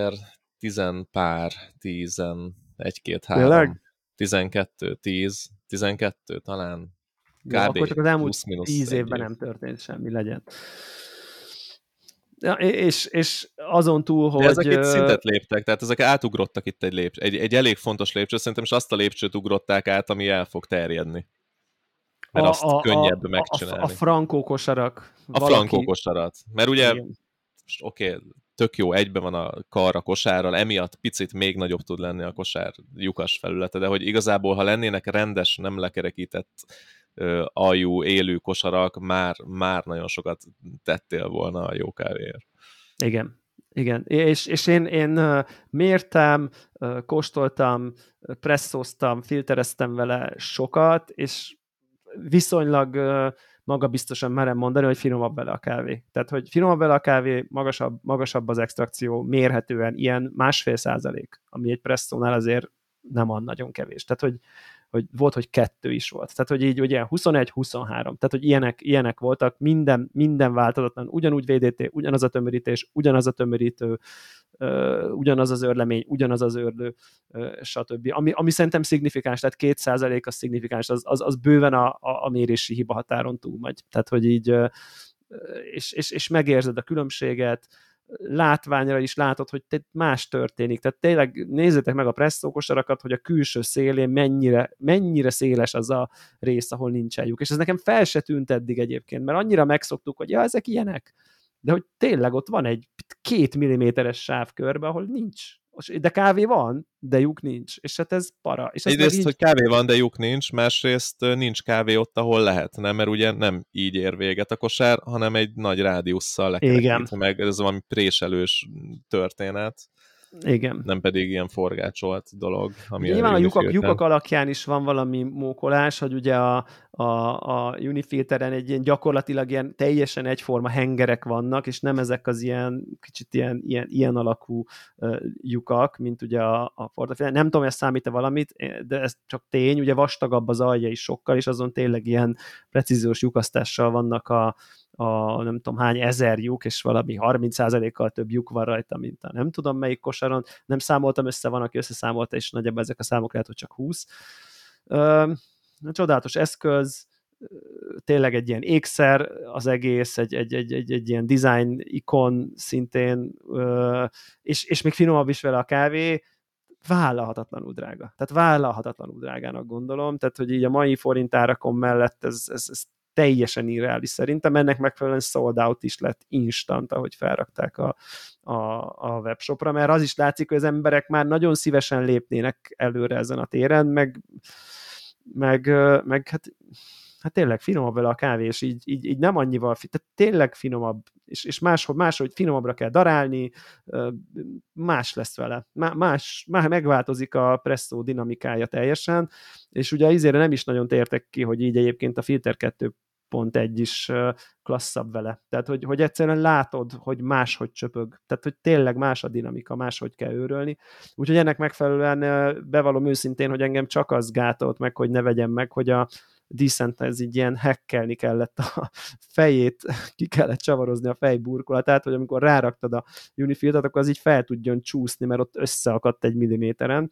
11-2-3, 12 talán. Kb. Ja, akkor csak az elmúlt 10 évben nem történt semmi, legyen. Ja, és azon túl, hogy... De ezek itt szintet léptek, tehát ezek átugrottak itt egy elég fontos lépcső, szerintem is azt a lépcsőt ugrották át, ami el fog terjedni. mert azt könnyebb megcsinálni. A frankó kosarak. A frankó kosarat. Mert ugye, oké, tök jó, egyben van a kar a kosárral, emiatt picit még nagyobb tud lenni a kosár lyukas felülete, de hogy igazából, ha lennének rendes, nem lekerekített aljú, élő kosarak, már nagyon sokat tettél volna a jó kávéért. Igen. És én mértem, kóstoltam, presszóztam, filtereztem vele sokat, és viszonylag magabiztosan merem mondani, hogy finomabb vele a kávé. Tehát, hogy finomabb vele a kávé, magasabb az extrakció, mérhetően ilyen 1,5%, ami egy presszónál azért nem ad nagyon kevés. Tehát, hogy volt, hogy 2 is volt. Tehát, hogy így ugye 21-23. Tehát, hogy ilyenek voltak, minden változatlan, ugyanúgy VDT, ugyanaz a tömörítés, ugyanaz a tömörítő, ugyanaz az őrlemény, ugyanaz az őrlő, stb. Ami szerintem szignifikáns, tehát 2% az szignifikáns, az bőven a mérési hiba határon túl megy. Tehát, hogy így, és megérzed a különbséget, látványra is látod, hogy más történik. Tehát tényleg nézzétek meg a presszókosarakat, hogy a külső szélén mennyire széles az a rész, ahol nincs lyuk. És ez nekem fel se tűnt eddig egyébként, mert annyira megszoktuk, hogy ja, ezek ilyenek. De hogy tényleg ott van egy 2 milliméteres sávkörbe, ahol nincs. De kávé van, de lyuk nincs. És hát ez para. És egyrészt, hogy kávé van, de lyuk nincs, másrészt nincs kávé ott, ahol lehetne, mert ugye nem így ér véget a kosár, hanem egy nagy rádiusszal lekerekít meg. Ez valami préselős történet. Igen. Nem pedig ilyen forgácsolt dolog. Ami nyilván a lyukak alakján is van valami mókolás, hogy ugye a Unifilteren egy ilyen gyakorlatilag ilyen teljesen egyforma hengerek vannak, és nem ezek az ilyen kicsit ilyen alakú lyukak, mint ugye a portafilter. Nem tudom, hogy ez számít-e valamit, de ez csak tény, ugye vastagabb az alja is sokkal, és azon tényleg ilyen precíziós lyukasztással vannak a nem tudom hány ezer lyuk, és valami 30%-kal több lyuk van rajta, mint a nem tudom melyik kosaron. Nem számoltam össze, van, aki összeszámolta, és nagyjából ezek a számok lehet, hogy csak 20. Csodálatos eszköz, tényleg egy ilyen ékszer az egész, egy ilyen design ikon szintén, és még finomabb is vele a kávé, vállalhatatlanul drága. Tehát vállalhatatlanul drágának gondolom, tehát hogy így a mai forintárakon mellett ez teljesen irreális szerintem, ennek megfelelően sold out is lett instant, ahogy felrakták a webshopra, mert az is látszik, hogy az emberek már nagyon szívesen lépnének előre ezen a téren, meg hát tényleg finomabb vele a kávé, és így nem annyival, tehát tényleg finomabb, és máshogy finomabbra kell darálni, más lesz vele. Már megváltozik a presszó dinamikája teljesen, és ugye izére nem is nagyon tértek ki, hogy így egyébként a Filter 2.1 is klasszabb vele. Tehát, hogy egyszerűen látod, hogy máshogy csöpög. Tehát, hogy tényleg más a dinamika, máshogy kell őrölni. Úgyhogy ennek megfelelően bevallom őszintén, hogy engem csak az gátolt meg, hogy ne vegyem meg, hogy a Decenthez így ilyen hackelni kellett a fejét, ki kellett csavarozni a fejburkolatát, hogy amikor ráraktad a Unifiltert, akkor az így fel tudjon csúszni, mert ott összeakadt 1 milliméteren.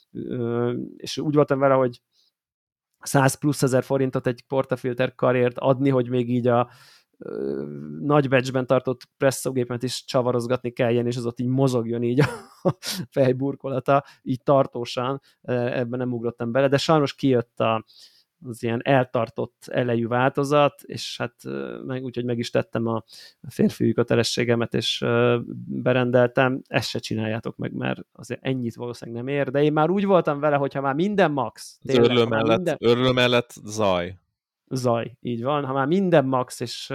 És úgy voltam vele, hogy 100 plusz ezer forintot egy portafilter karért adni, hogy még így a nagy batchben tartott presszógépemet is csavarozgatni kelljen, és az ott így mozogjon így a fejburkolata, így tartósan, ebben nem ugrottam bele, de sajnos kijött az ilyen eltartott elejű változat, és hát úgyhogy meg is tettem a férfiúi kötelességemet, és berendeltem, ezt se csináljátok meg, mert azért ennyit valószínűleg nem ér, de én már úgy voltam vele, hogyha már minden max. Örlő mellett zaj. Zaj, így van. Ha már minden max, és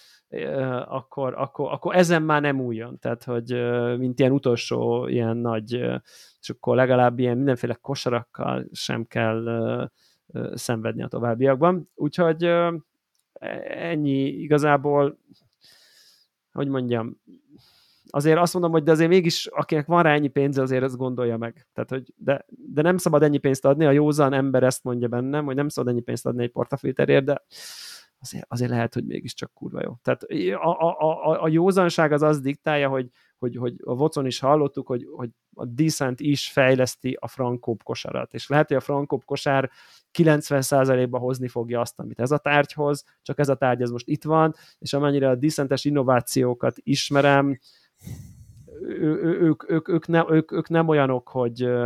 akkor ezen már nem újjon. Tehát, hogy mint ilyen utolsó, ilyen nagy, és akkor legalább ilyen mindenféle kosarakkal sem kell szenvedni a továbbiakban. Úgyhogy ennyi igazából, hogy mondjam, azért azt mondom, hogy de azért mégis, akinek van rá ennyi pénze, azért ezt gondolja meg. Tehát, hogy de nem szabad ennyi pénzt adni, a józan ember ezt mondja bennem, hogy nem szabad ennyi pénzt adni egy portafilterért, de azért lehet, hogy mégiscsak kurva jó. Tehát a józanság az diktálja, hogy a Vocon is hallottuk, hogy a Decent is fejleszti a frankóbb kosarat, és lehet, hogy a frankóbb kosár 90%-ba hozni fogja azt, amit ez a tárgy hoz, csak ez a tárgy ez most itt van, és amennyire a Decentes innovációkat ismerem, ők nem olyanok, hogy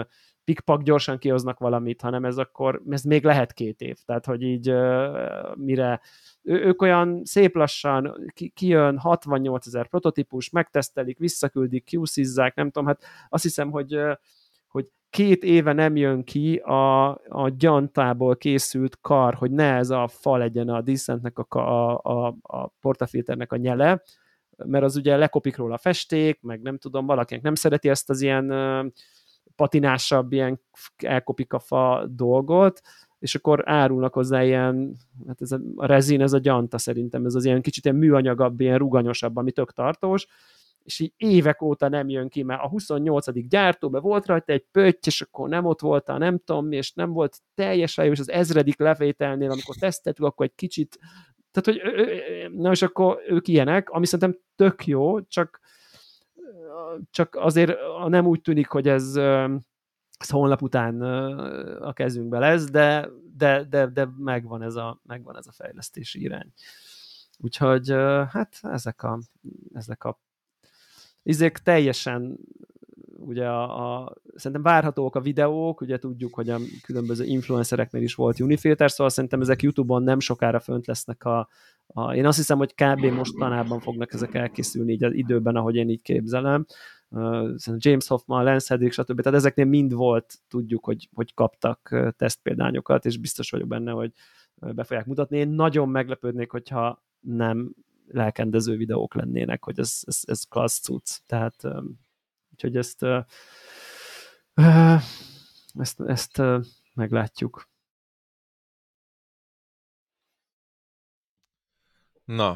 pikpak gyorsan kihoznak valamit, hanem ez még lehet 2 év. Tehát, hogy így mire ők olyan szép lassan kijön 68 000 prototípus, megtesztelik, visszaküldik, QC-zzák, nem tudom, hát azt hiszem, hogy 2 éve nem jön ki a gyantából készült kar, hogy ne ez a fa legyen a Descentnek, a portafilternek a nyele, mert az ugye lekopik róla a festék, meg nem tudom, valakinek nem szereti ezt az ilyen patinásabb, ilyen elkopik a fa dolgot, és akkor árulnak hozzá ilyen, hát ez a rezin, ez a gyanta szerintem, ez az ilyen kicsit ilyen műanyagabb, ilyen ruganyosabb, ami tök tartós, és így évek óta nem jön ki, mert a 28. gyártóban volt rajta egy pötty, és akkor nem ott voltál, nem tudom, és nem volt teljes fejű, és az 1000. levételnél, amikor teszteltük, akkor egy kicsit, tehát, hogy na, és akkor ők ilyenek, ami szerintem tök jó, csak azért nem úgy tűnik, hogy ez holnap után a kezünkbe lesz, de megvan ez a fejlesztési irány. Úgyhogy hát ezek a izék teljesen ugye szerintem várhatók a videók, ugye tudjuk, hogy a különböző influencereknél is volt Unifilter, szóval szerintem ezek YouTube-on nem sokára fönt lesznek én azt hiszem, hogy kb. Mostanában fognak ezek elkészülni így az időben, ahogy én így képzelem. James Hoffman, Lance Hedrick, stb. Tehát ezeknél mind volt, tudjuk, hogy kaptak tesztpéldányokat, és biztos vagyok benne, hogy be fogják mutatni. Én nagyon meglepődnék, hogyha nem lelkendező videók lennének, hogy ez klassz cucc. Tehát úgyhogy ezt meglátjuk. Na.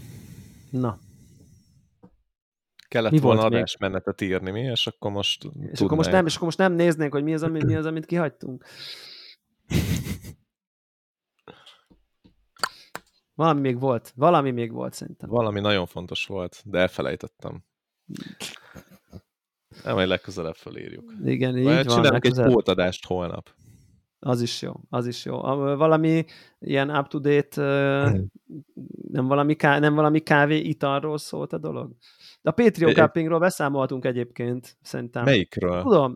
Kellett volna adásmenetet írni, mi? És akkor most most nem néznénk, hogy mi az, amit kihagytunk. Valami még volt szerintem. Valami nagyon fontos volt, de elfelejtettem. Nem, majd legközelebb felírjuk. Igen, így van. Csinálunk egy pótadást holnap. Az is jó. Valami ilyen up-to-date, nem valami kávé italról szólt a dolog? De a Patreon Cuppingról beszámolhatunk egyébként, szerintem. Melyikről?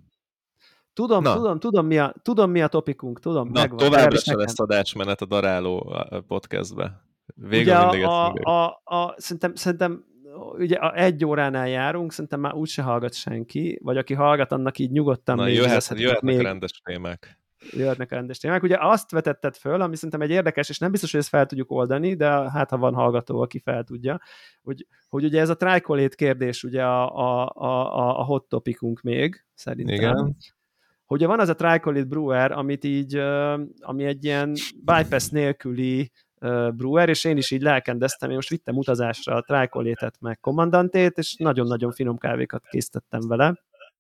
Tudom mi a topikunk, tudom. Na, megvan, továbbra se lesz adásmenet a Daráló podcastbe. Végül mindig szerintem ugye 1 óránál járunk, szerintem már úgyse hallgat senki, vagy aki hallgat, annak így nyugodtan még jöhetnek még... rendes témák. Jöhetnek a rendes témák. Ugye azt vetetted föl, ami szerintem egy érdekes, és nem biztos, hogy ezt fel tudjuk oldani, de hát ha van hallgató, aki fel tudja, hogy ugye ez a tricolate kérdés ugye a hot topicunk még, szerintem. Igen. Ugye van az a tricolate brewer, ami egy ilyen bypass nélküli brewer, és én is így lelkendeztem, én most vittem utazásra a tricolate-et meg kommandantét, és nagyon-nagyon finom kávékat készítettem vele.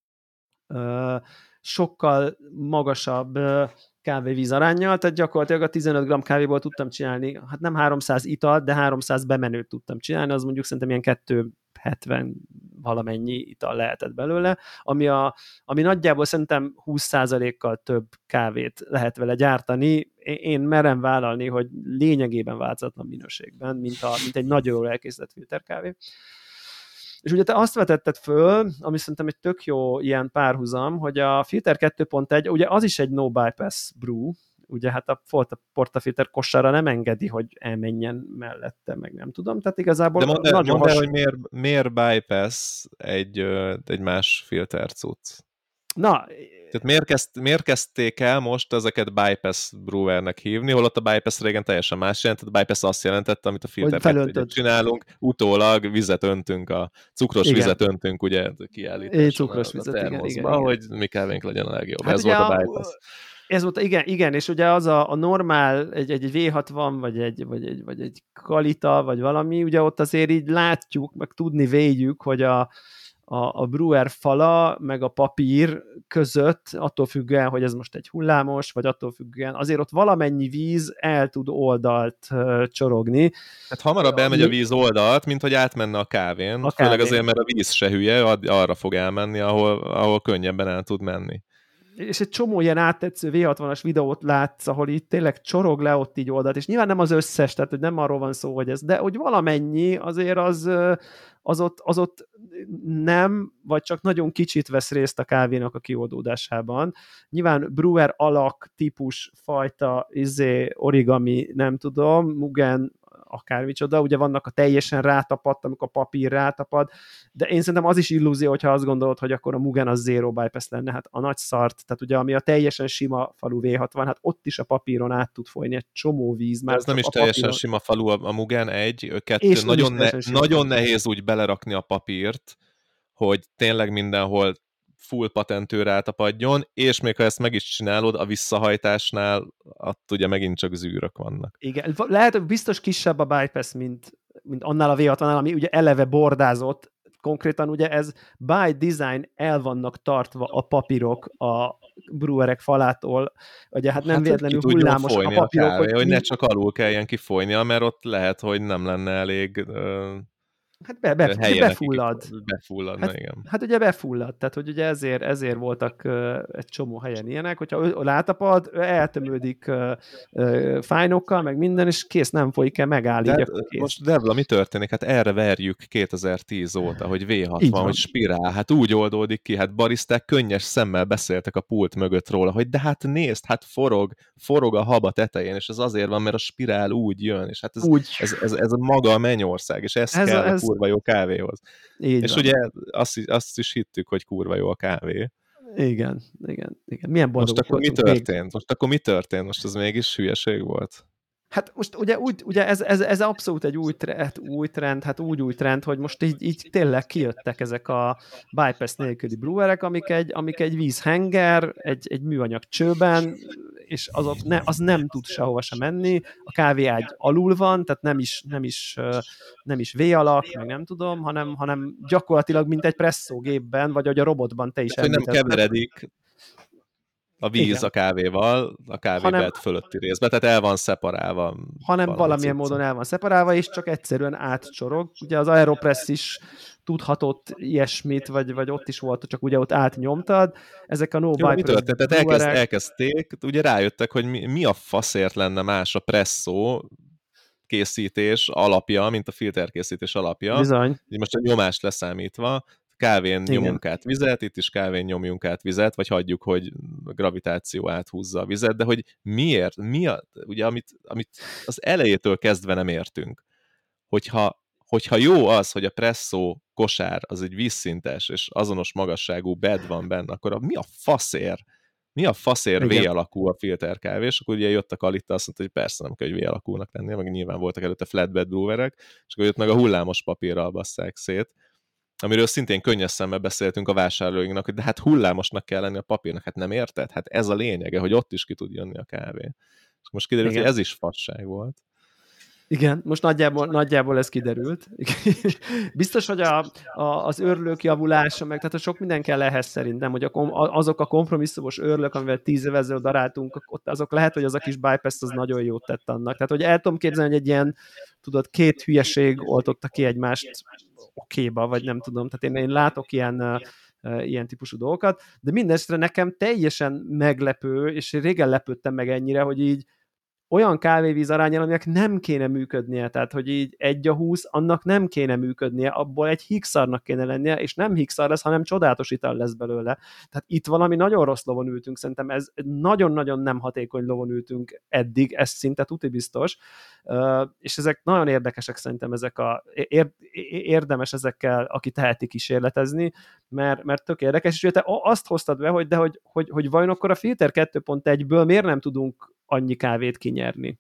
Sokkal magasabb kávévíz aránnyal, tehát gyakorlatilag a 15 g kávéból tudtam csinálni, hát nem 300 italt, de 300 bemenőt tudtam csinálni, az mondjuk szerintem ilyen 270 valamennyi ital lehetett belőle, ami nagyjából szerintem 20%-kal több kávét lehet vele gyártani. Én merem vállalni, hogy lényegében változatlan minőségben, mint egy nagyon jól elkészített filterkávé. És ugye te azt vetetted föl, ami szerintem egy tök jó ilyen párhuzam, hogy a Filter 2.1, ugye az is egy no bypass brew, ugye hát a portafilter kosárra nem engedi, hogy elmenjen mellette, meg nem tudom, tehát igazából de mondd el, hogy miért bypass egy más filter cucc? Na, tehát miért kezdték el most ezeket bypass brewernek hívni, holott a bypass régen teljesen más jelentett, a bypass azt jelentette, amit a filter csinálunk, utólag vizet öntünk, cukros vizet öntünk, ugye kiállításon cukros vizet, a termoszba, hogy mi kávénk legyen a legjobb. Hát ez volt a bypass. Ez volt, igen, és ugye az a normál, egy V60, vagy egy Kalita, vagy valami, ugye ott azért így látjuk, meg tudni védjük, hogy a brewer fala, meg a papír között, attól függően, hogy ez most egy hullámos, vagy attól függően, azért ott valamennyi víz el tud oldalt csorogni. Hát hamarabb elmegy a víz oldalt, mint hogy átmenne a kávén. Főleg azért, mert a víz se hülye, arra fog elmenni, ahol könnyebben el tud menni. és egy csomó ilyen áttetsző V60-as videót látsz, ahol így tényleg csorog le ott így oldalt, és nyilván nem az összes, tehát hogy nem arról van szó, hogy ez, de hogy valamennyi azért az ott nem, vagy csak nagyon kicsit vesz részt a kávénak a kioldódásában. Nyilván brewer alak típus, fajta, origami, nem tudom, Mugen, akármicsoda, ugye vannak a teljesen rátapadt, amikor a papír rátapad, de én szerintem az is illúzió, hogyha azt gondolod, hogy akkor a Mugen az zero bypass lenne, hát a nagy szart, tehát ugye ami a teljesen sima falu V60, hát ott is a papíron át tud folyni egy csomó víz. Már ez nem is teljesen papíron... sima falu a Mugen 1, 2, nagyon nehéz úgy belerakni a papírt, hogy tényleg mindenhol full patentőre átapadjon, és még ha ezt meg is csinálod, a visszahajtásnál ott ugye megint csak zűrök vannak. Igen, lehet, hogy biztos kisebb a bypass, mint annál a V60-nál, ami ugye eleve bordázott, konkrétan ugye ez by design el vannak tartva a papírok a brewerek falától, ugye hát nem véletlenül hullámos a papírok, kávé, hogy ne csak alul kelljen kifolynia, mert ott lehet, hogy nem lenne elég hát befullad. Befulladna, hát, igen. Hát ugye befullad, tehát hogy ugye ezért voltak egy csomó helyen ilyenek, hogyha látapad, eltömődik fájnokkal, meg minden, és kész, nem folyik el, megáll így, akkor kész. Most Devla, mi történik? Hát erre verjük 2010 óta, hogy V60, hogy spirál, hát úgy oldódik ki, hát bariszták könnyes szemmel beszéltek a pult mögött róla, hogy de hát nézd, hát forog a haba tetején, és ez azért van, mert a spirál úgy jön, és hát ez maga a mennyország, és ez kell a kurva jó kávéhoz. Így és van. ugye azt is hittük, hogy kurva jó a kávé. Igen. Milyen boldogok voltunk. Most akkor mi történt? Most ez mégis hülyeség volt? Hát most ugye ez abszolút egy új trend, hát új trend, hogy most így tényleg kijöttek ezek a bypass nélküli brewerek, amik egy vízhenger, egy műanyag csőben, és az nem tud sehova sem menni, a kávéágy alul van, tehát nem is V-alak, meg nem tudom, hanem gyakorlatilag mint egy presszógépben, vagy hogy a robotban te is említetted. Hogy nem keveredik a víz igen. A kávéval, a kávébelt fölötti részbe, tehát el van szeparálva. Hanem valamilyen módon el van szeparálva, és csak egyszerűen átcsorog. Ugye az Aeropress is tudhatott ilyesmit, vagy ott is volt, csak ugye ott átnyomtad. Ezek a mi történt? Tehát elkezdték, ugye rájöttek, hogy mi a faszért lenne más a presszó készítés alapja, mint a filterkészítés alapja. Bizony. Most a nyomást leszámítva, kávén nyomunk át vizet, itt is kávén nyomjunk át vizet, vagy hagyjuk, hogy a gravitáció áthúzza a vizet, de hogy miért? Ugye, amit az elejétől kezdve nem értünk. Hogyha jó az, hogy a presszó kosár az egy vízszintes és azonos magasságú bed van benne, akkor mi a faszér V-alakú a filterkávé, és akkor ugye jött a Kalita, azt mondta, hogy persze nem kell, hogy V-alakúnak lennie, meg nyilván voltak előtte flatbed brewerek, és akkor jött meg a hullámos papírral basszák szét, amiről szintén könnyes szemmel beszéltünk a vásárlóinknak, hogy de hát hullámosnak kell lenni a papírnak, hát nem érted? Hát ez a lényege, hogy ott is ki tud jönni a kávé. És most kiderült, hogy ez is fasság volt. Igen, most nagyjából ez kiderült. Biztos, hogy az őrlők javulása, meg tehát sok minden kell ehhez szerintem, hogy azok a kompromisszumos őrlők, amivel 10 éve ezelőtt daráltunk, azok lehet, hogy az a kis bypass az nagyon jót tett annak. Tehát, hogy el tudom képzelni, hogy egy ilyen, tudod, két hülyeség oltotta ki egymást okéba, vagy nem tudom. Tehát én látok ilyen típusú dolgokat, de mindenesetre nekem teljesen meglepő, és régen lepődtem meg ennyire, hogy így olyan kávévíz arányal, aminek nem kéne működnie, tehát hogy így 1:20, annak nem kéne működnie, abból egy hikszarnak kéne lennie, és nem hikszar lesz, hanem csodálatos ital lesz belőle. Tehát itt valami nagyon rossz lovon ültünk, szerintem ez nagyon-nagyon nem hatékony lovon ültünk eddig, ez szinte tuti biztos, és ezek nagyon érdekesek szerintem, érdemes ezekkel, aki teheti kísérletezni, mert tök érdekes, és te azt hoztad be, hogy vajon akkor a Filter 2.1-ből miért nem tudunk annyi kávét kinyerni.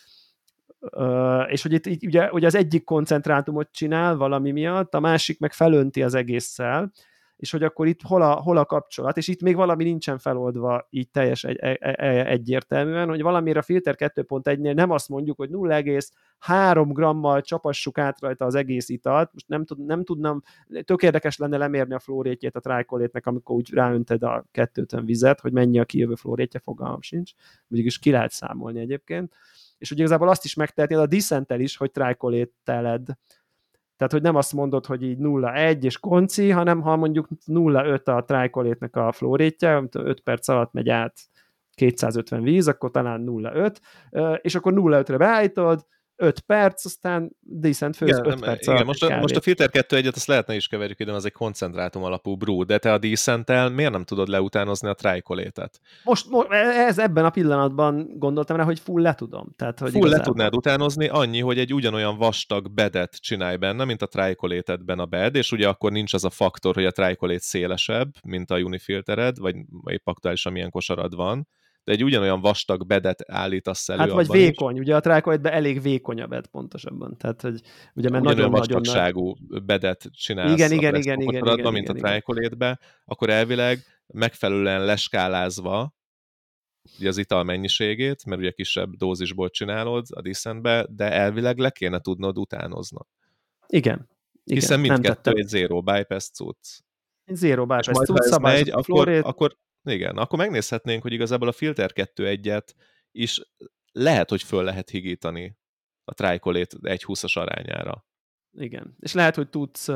És hogy itt ugye az egyik koncentrátumot csinál valami miatt, a másik meg felönti az egésszel, és hogy akkor itt hol a kapcsolat, és itt még valami nincsen feloldva így teljes egyértelműen, hogy valamire a Filter 2.1-nél nem azt mondjuk, hogy 0,3 grammal csapassuk át rajta az egész italt, most nem tudnám, tök érdekes lenne lemérni a flórétjét a trájkolétnek, amikor úgy ráönted a 250 vizet, hogy mennyi a kijövő flórétje, fogalmam sincs, mégis ki lehet számolni egyébként, és ugye igazából azt is megtehetnél a Descenttel is, hogy trájkolét teled, Tehát, hogy nem azt mondod, hogy így 0,1 és konci, hanem ha mondjuk 0,5 a tricholétnek a flow rate-je, 5 perc alatt megy át 250 víz, akkor talán 0,5, és akkor 0,5-re beállítod, 5 perc, aztán decent fősz 5 perc igen, alatt most a Filter 2.1-et azt lehetne is keverjük ide, az egy koncentrátum alapú brew, de te a Decent-tel miért nem tudod leutánozni a tricholétet? Most ez ebben a pillanatban gondoltam rá, hogy full le tudom. Tehát, hogy Full igazából... le tudnád utánozni, annyi, hogy egy ugyanolyan vastag bedet csinálj benne, mint a tricholétedben a bed, és ugye akkor nincs az a faktor, hogy a tricolate szélesebb, mint a unifiltered, vagy épp aktuálisan milyen kosarad van, de egy ugyanolyan vastag bedet állítasz elő. Hát vagy abban vékony, is. ugye a tricolate-ben elég vékony a bed pontosabban. Tehát, hogy ugye mert ugyanolyan nagyon-nagyon vastagságú bedet csinálsz igen, a igen, presszó igen, igen, kosaradban, igen, mint igen, a igen. tricolate-be, akkor elvileg megfelelően leskálázva ugye az ital mennyiségét, mert ugye kisebb dózisból csinálod a Decentbe, de elvileg le kéne tudnod utánozni. Igen. Hiszen nem mindkettő tettem. egy zero bypass cucc. Zero bypass És majd, cucc, ha ez megy, szabályzott a flow rate. akkor megnézhetnénk, hogy igazából a Filter 2.1-et is lehet, hogy föl lehet higítani a tricolate 1:20-as arányára. Igen. És lehet, hogy tudsz,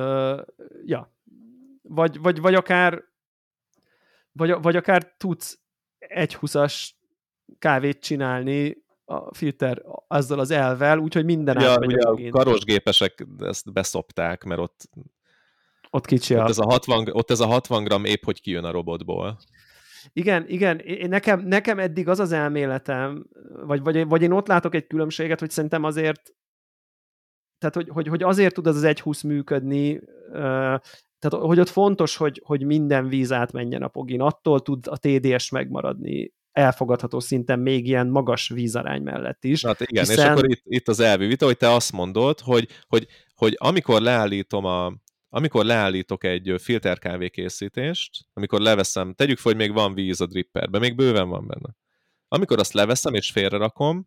vagy akár vagy akár tudsz 1,20-as kávét csinálni a filter azzal az elvel, úgyhogy minden átmegy Ugye a a fogén. karosgépesek ezt beszopták, mert Ott kicsi ott ez a 60 gram épp, hogy kijön a robotból. Igen. Nekem eddig az az elméletem, vagy én ott látok egy különbséget, hogy szerintem azért, tehát hogy azért tud az 1,20 működni, tehát hogy ott fontos, hogy minden víz átmenjen a fogin, attól tud a TDS megmaradni elfogadható szinten még ilyen magas vízarány mellett is. Hát igen, hiszen... és akkor itt az elvi vita, hogy te azt mondod, hogy amikor leállítok egy filter kávékészítést, amikor leveszem, tegyük fel, hogy még van víz a dripperben, még bőven van benne. Amikor azt leveszem és félrerakom,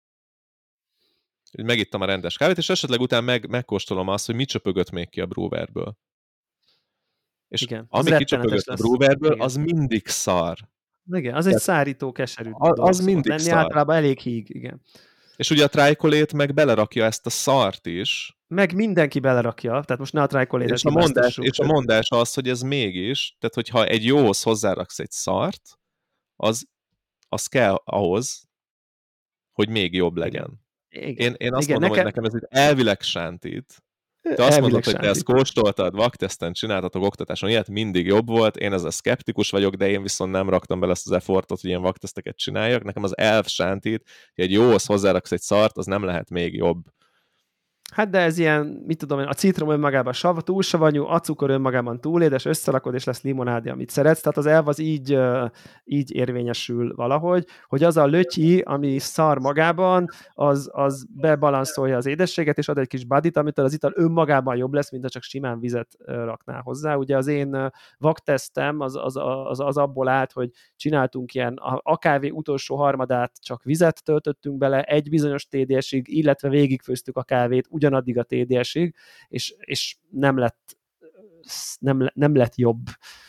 hogy megittam a rendes kávét, és esetleg utána megkóstolom azt, hogy mit csöpögött még ki a brewerből. És igen, ami kicsöpögött a brewerből, az mindig szar. Igen, az egy szárító, keserű az mindig lenni, szar. általában elég híg, igen. És ugye a tricolate meg belerakja ezt a szart is. Meg mindenki belerakja, tehát most ne a tricolate-et és a mondás az, hogy ez mégis, tehát hogyha egy jóhoz hozzáraksz egy szart, az kell ahhoz, hogy még jobb legyen. Igen. Én azt mondom, hogy nekem ez itt elvileg sántít. Te azt mondod, hogy te ezt kóstoltad, vakteszten csináltatok oktatáson, ilyet mindig jobb volt, én ezzel szkeptikus vagyok, de én viszont nem raktam bele ezt az effortot, hogy ilyen vakteszteket csináljak. Nekem az elv sántít, hogy egy jóhoz hozzáraksz egy szart, az nem lehet még jobb. Hát de ez ilyen, mit tudom én, a citrom önmagában túl savanyú, a cukor önmagában túl édes, összerakod, és lesz limonádi, amit szeretsz. Tehát az elv az így érvényesül valahogy, hogy az a lötyi, ami szar magában, az bebalanszolja az édességet, és ad egy kis bodyt, amitől az ital önmagában jobb lesz, mint ha csak simán vizet raknál hozzá. Ugye az én vaktesztem az abból állt, hogy csináltunk ilyen, a kávé utolsó harmadát csak vizet töltöttünk bele, egy bizonyos TDS-ig, illetve végigfőztük a kávét ugyanaddig a TDS-ig, és nem lett jobb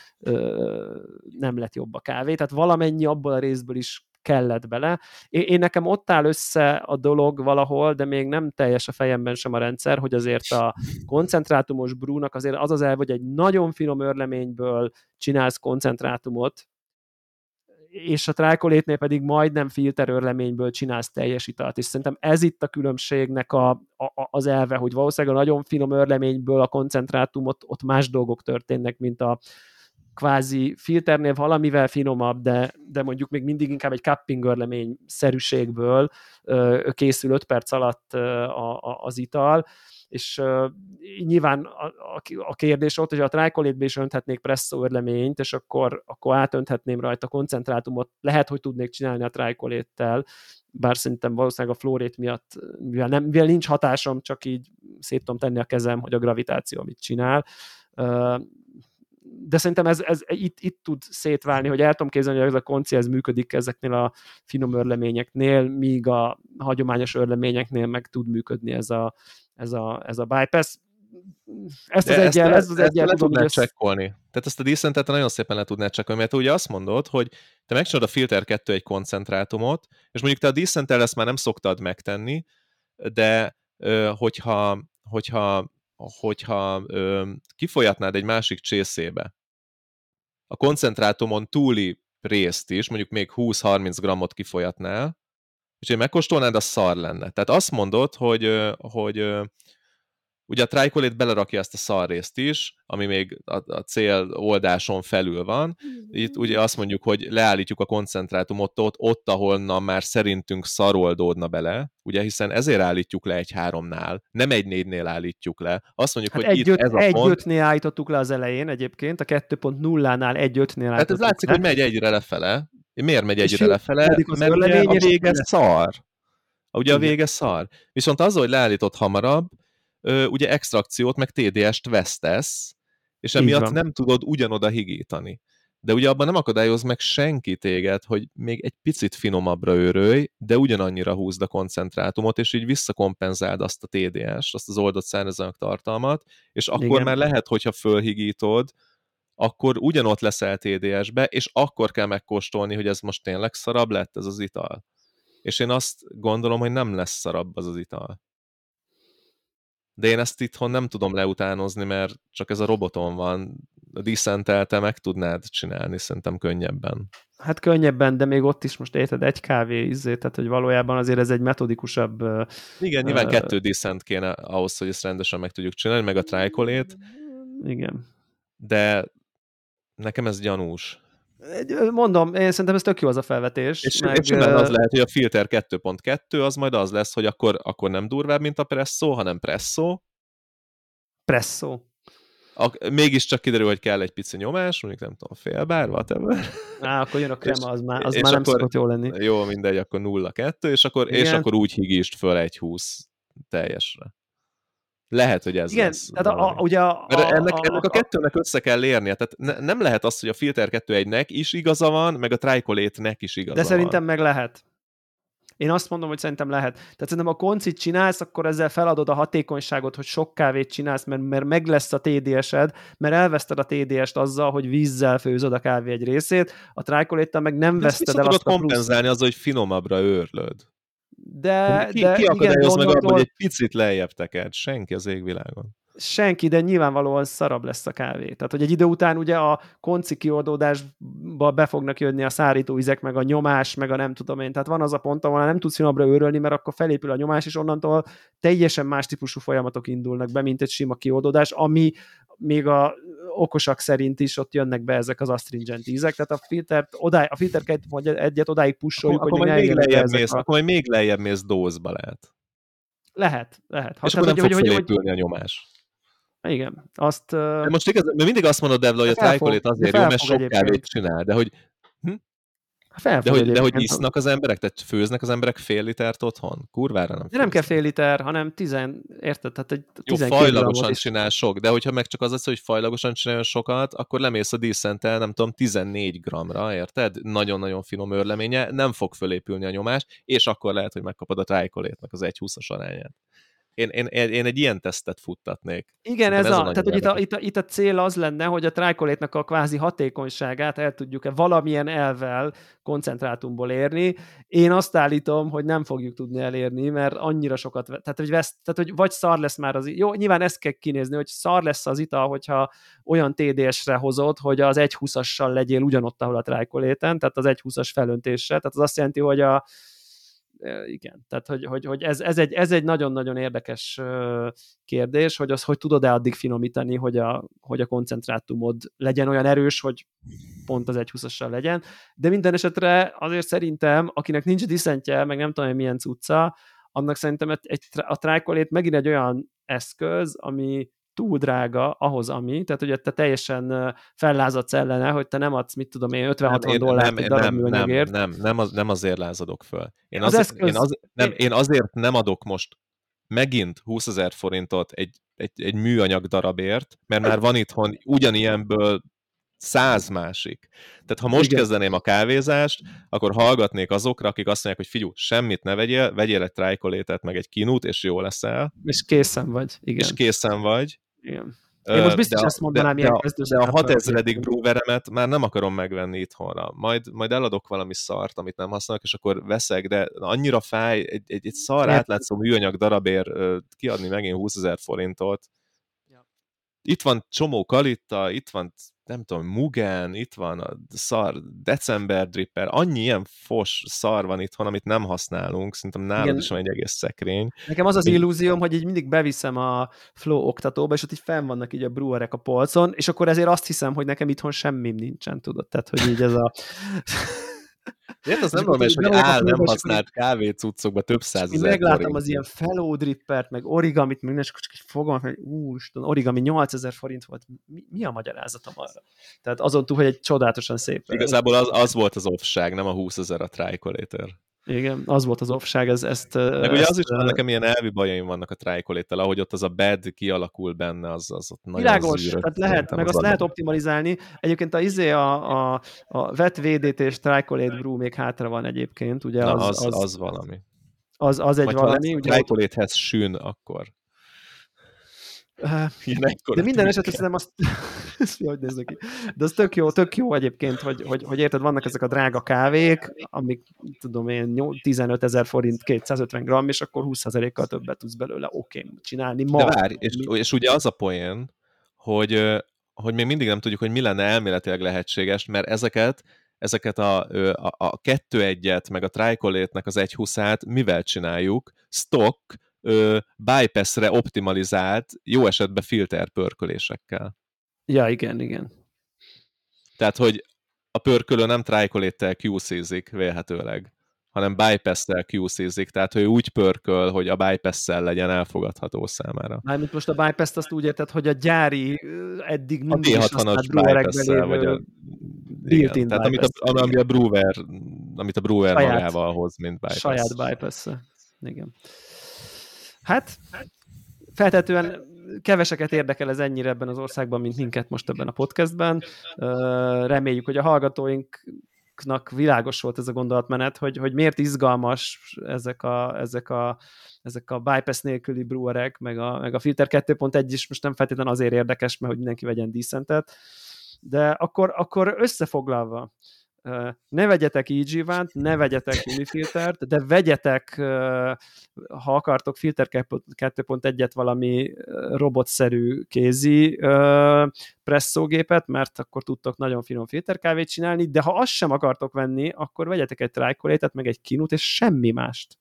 a kávé, tehát valamennyi abból a részből is kellett bele. Én nekem ott áll össze a dolog valahol, de még nem teljes a fejemben sem a rendszer, hogy azért a koncentrátumos brewnak azért az elv, hogy egy nagyon finom örleményből csinálsz koncentrátumot, és a tricolate-nél pedig majdnem filterörleményből csinálsz teljes italt, és szerintem ez itt a különbségnek az elve, hogy valószínűleg a nagyon finom örleményből a koncentrátumot ott más dolgok történnek, mint a kvázi filternél valamivel finomabb, de mondjuk még mindig inkább egy cupping örlemény szerűségből készül 5 perc alatt az ital, és nyilván a kérdés ott, hogy a tricolate-be is önthetnék presszó örleményt, és akkor átönthetném rajta koncentrátumot, lehet, hogy tudnék csinálni a tricolate-tel, bár szerintem valószínűleg a flow rate miatt, mivel nincs hatásom, csak így szét tudom tenni a kezem, hogy a gravitáció mit csinál. De szerintem ez itt tud szétválni, hogy el tudom képzelni, hogy ez a konci ez működik ezeknél a finom örleményeknél, míg a hagyományos örleményeknél meg tud működni ez a bypass. Ezt az egyel le tudnád csekkolni. Tehát ezt a Decentet nagyon szépen le tudnád csekkolni, mert ugye azt mondod, hogy te megcsinálod a Filter 2 egy koncentrátumot, és mondjuk te a Decenttel ezt már nem szoktad megtenni, de hogyha hogyha kifolyatnád egy másik csészébe a koncentrátumon túli részt is, mondjuk még 20-30 grammot kifolyatnál, és én megkóstolnád, az szar lenne. Tehát azt mondod, hogy ugye a trikolét belerakja ezt a szar részt is, ami még a cél oldáson felül van. Itt ugye azt mondjuk, hogy leállítjuk a koncentrátumot ott, ahonnan már szerintünk szar oldódna bele, ugye, hiszen ezért állítjuk le 1-3-nál, nem 1-4-nél állítjuk le. Azt mondjuk, Hát hogy itt ez a pont. 1-5-nél állítottuk le az elején egyébként, a 2.0-nál 1-5-nél állítottuk Hát ez látszik, le. hogy megy egyre lefele. Miért megy egyre lefele? Mert ugye örlemény, a vége és szar. Ugye a igen. vége szar. Viszont az, hogy leállított hamarabb, ugye extrakciót, meg TDS-t vesztesz, és emiatt nem tudod ugyanoda higítani. De ugye abban nem akadályoz meg senki téged, hogy még egy picit finomabbra őrölj, de ugyanannyira húzd a koncentrátumot, és így visszakompenzáld azt a TDS-t, azt az oldott szárnyazanyag tartalmat, és akkor igen. már lehet, hogyha fölhigítod, akkor ugyanott leszel TDS-be, és akkor kell megkóstolni, hogy ez most tényleg szarabb lett ez az ital. És én azt gondolom, hogy nem lesz szarabb az az ital. De én ezt itthon nem tudom leutánozni, mert csak ez a roboton van. A Descent-tel te meg tudnád csinálni, szerintem könnyebben. Hát könnyebben, de még ott is most érted, egy kávé tehát hogy valójában azért ez egy metodikusabb... Igen, nyilván 2 Descent kéne ahhoz, hogy ezt rendesen meg tudjuk csinálni, meg a trikolét. Igen. De nekem ez gyanús. Mondom, én szerintem ez tök jó az a felvetés. És simán az lehet, hogy a filter 2.2 az majd az lesz, hogy akkor nem durvább, mint a presszó, hanem presszó. Presszó. Mégiscsak kiderül, hogy kell egy pici nyomás, mondjuk nem tudom, fél bár, whatever. Akkor jön a krema, az már nem akkor, szokott jó lenni. Jó, mindegy, akkor 0,2, és akkor úgy higítsd föl 1,20 teljesre. Lehet, hogy ez igen, lesz. Tehát ugye ennek a kettőnek össze kell érnie. Tehát nem lehet az, hogy a Filter 2.1-nek is igaza van, meg a Tricolate-nek is igaza van. De szerintem meg lehet. Én azt mondom, hogy szerintem lehet. Tehát szerintem a koncit csinálsz, akkor ezzel feladod a hatékonyságot, hogy sok kávét csinálsz, mert meg lesz a TDS-ed, mert elveszted a TDS-t azzal, hogy vízzel főzöd a kávé egy részét, a Tricolate-tal meg nem veszted el azt a tudod kompenzálni azzal, hogy finomabbra őrlöd. De ki akadályoz meg abban, hogy egy picit lejjebb tekerd? Senki az égvilágon. Senki, de nyilvánvalóan szarabb lesz a kávé. Tehát, hogy egy idő után ugye a konci kioldódásba be fognak jönni a szárítóizek, meg a nyomás, meg a nem tudom én. Tehát van az a pont, ahol nem tudsz finomabbra őrölni, mert akkor felépül a nyomás, és onnantól teljesen más típusú folyamatok indulnak be, mint egy sima kioldódás, ami még a okosak szerint is ott jönnek be ezek az astringent ízek, tehát a filter 2.1-et odáig pusoljuk, hogy még lejjebb mész, akkor majd még lejjebb mész dózba lehet. Lehet. És akkor nem fog felépülni a nyomás. Igen. Azt... De most igaz, mert mindig azt mondod, Devla, hogy a Tricolate azért jó, mert sok kávét csinál, de hogy De hogy isznak az emberek? Tehát főznek az emberek fél litert otthon? Kurvára nem. De nem kell fél liter, hanem 10, érted? Tehát egy 12 jó, fajlagosan csinál sok, de hogyha meg csak az lesz, hogy fajlagosan csináljon sokat, akkor lemész a Descent-tel, nem tudom, 14 g-ra, érted? Nagyon-nagyon finom őrleménye, nem fog fölépülni a nyomás, és akkor lehet, hogy megkapod a Tricolate-nak az 1,20-as arányát. Én egy ilyen tesztet futtatnék. Igen, tehát hogy itt a cél az lenne, hogy a Tricolate-nak a kvázi hatékonyságát el tudjuk-e valamilyen elvvel koncentrátumból érni. Én azt állítom, hogy nem fogjuk tudni elérni, mert annyira sokat... Tehát, hogy vagy szar lesz már az... Jó, nyilván ezt kell kinézni, hogy szar lesz az ital, hogyha olyan TDS-re hozod, hogy az 1,20-assal legyél ugyanott, ahol a Tricolate-en, tehát az 1,20-as felöntéssel. Tehát az azt jelenti, hogy igen, tehát hogy ez egy nagyon-nagyon érdekes kérdés, hogy hogy tudod-e addig finomítani, hogy a koncentrátumod legyen olyan erős, hogy pont az 1,20-assal legyen, de minden esetre azért szerintem, akinek nincs diszentje, meg nem tudom, hogy milyen cucca, annak szerintem a Tricolate megint egy olyan eszköz, ami túl drága ahhoz, tehát ugye te teljesen fellázadsz ellene, hogy te nem adsz, mit tudom én, 50-60 dollárt egy darab műanyagért. Nem azért lázadok föl. Én azért nem adok most megint 20 000 forintot egy műanyag darabért, mert már van itthon ugyanilyenből 100 másik. Tehát ha most kezdeném a kávézást, akkor hallgatnék azokra, akik azt mondják, hogy figyelj, semmit ne vegyél egy Tricolate-et, meg egy Kinut, és jó leszel. És készen vagy. Igen. És készen vagy. Igen. Én most biztos ezt mondanám ilyen kezdősen. De a 6000. breweremet már nem akarom megvenni itthonra. Majd eladok valami szart, amit nem használok, és akkor veszek, de annyira fáj egy szar átlátszó műanyag darabért kiadni megint 20 000 forintot. itt van csomó kalitta, itt van, nem tudom, Mugen, itt van a szar December Dripper, annyi ilyen fos szar van itthon, amit nem használunk, szerintem nálad Igen. is van egy egész szekrény. Nekem az az illúzióm, hogy így mindig beviszem a Flow oktatóba, és ott így fenn vannak így a brewerek a polcon, és akkor ezért azt hiszem, hogy nekem itthon semmim nincsen, tudod? Tehát, hogy így ez a... Miért az nem normális, hogy nem használt kávécuccokba több százezer meglátom az ilyen fellow drippert, meg origamit, meg és akkor csak így fogom, hogy úristen, origami 8000 forint volt. Mi a magyarázatom arra? Tehát azon túl, hogy egy csodálatosan szép. Igazából az volt az offság, nem a 20 000 a Tricollator. Igen, az volt az offság, ezt... Meg ugye az is van, nekem ilyen elvi bajaim vannak a Tricolate-tel, ahogy ott az a bed kialakul benne, az ott nagyon világos, zűrös. tehát lehet, meg azt lehet optimalizálni. Egyébként a VET VDT és Tricolate Brew még hátra van egyébként, ugye az valami. Az egy valami. Ha Tricolate-hez sűn, akkor... De minden esetre szerintem azt hogy néz neki. De az tök jó egyébként, hogy érted, vannak ezek a drága kávék, amik tudom én 15 000 forint 250 gramm, és akkor 20%-kal többet tudsz belőle csinálni ma. De várj, és ugye az a poén, hogy még mindig nem tudjuk, hogy mi lenne elméletileg lehetséges, mert ezeket a 2-1-et, meg a Tricolate-nek az 1.20-át mivel csináljuk? Stock, bypassre optimalizált, jó esetben filterpörkölésekkel. Ja, igen. Tehát, hogy a pörkölő nem Tricolate-tel QC-zik vélhetőleg, hanem bypass-tel QC-zik, tehát hogy úgy pörköl, hogy a bypass-szel legyen elfogadható számára. Mármint most a bypass-t azt úgy érted, hogy a gyári eddig mindig is használt brewerekben vagy a built-in tehát amit a brewer magával hoz, mint bypass. Saját bypass-szel. Igen. Hát, feltetően keveseket érdekel ez ennyire ebben az országban, mint minket most ebben a podcastben. Reméljük, hogy a hallgatóinknak világos volt ez a gondolatmenet, hogy miért izgalmas ezek a bypass nélküli brewerek, meg a Filter 2.1 is most nem feltétlenül azért érdekes, mert hogy mindenki vegyen Decentet, de akkor összefoglalva, ne vegyetek EG-vánt, ne vegyetek Unifiltert, de vegyetek, ha akartok, Filter 2.1-et valami robotszerű kézi presszógépet, mert akkor tudtok nagyon finom filterkávét csinálni, de ha azt sem akartok venni, akkor vegyetek egy Tricolate-et, meg egy Kinut, és semmi mást.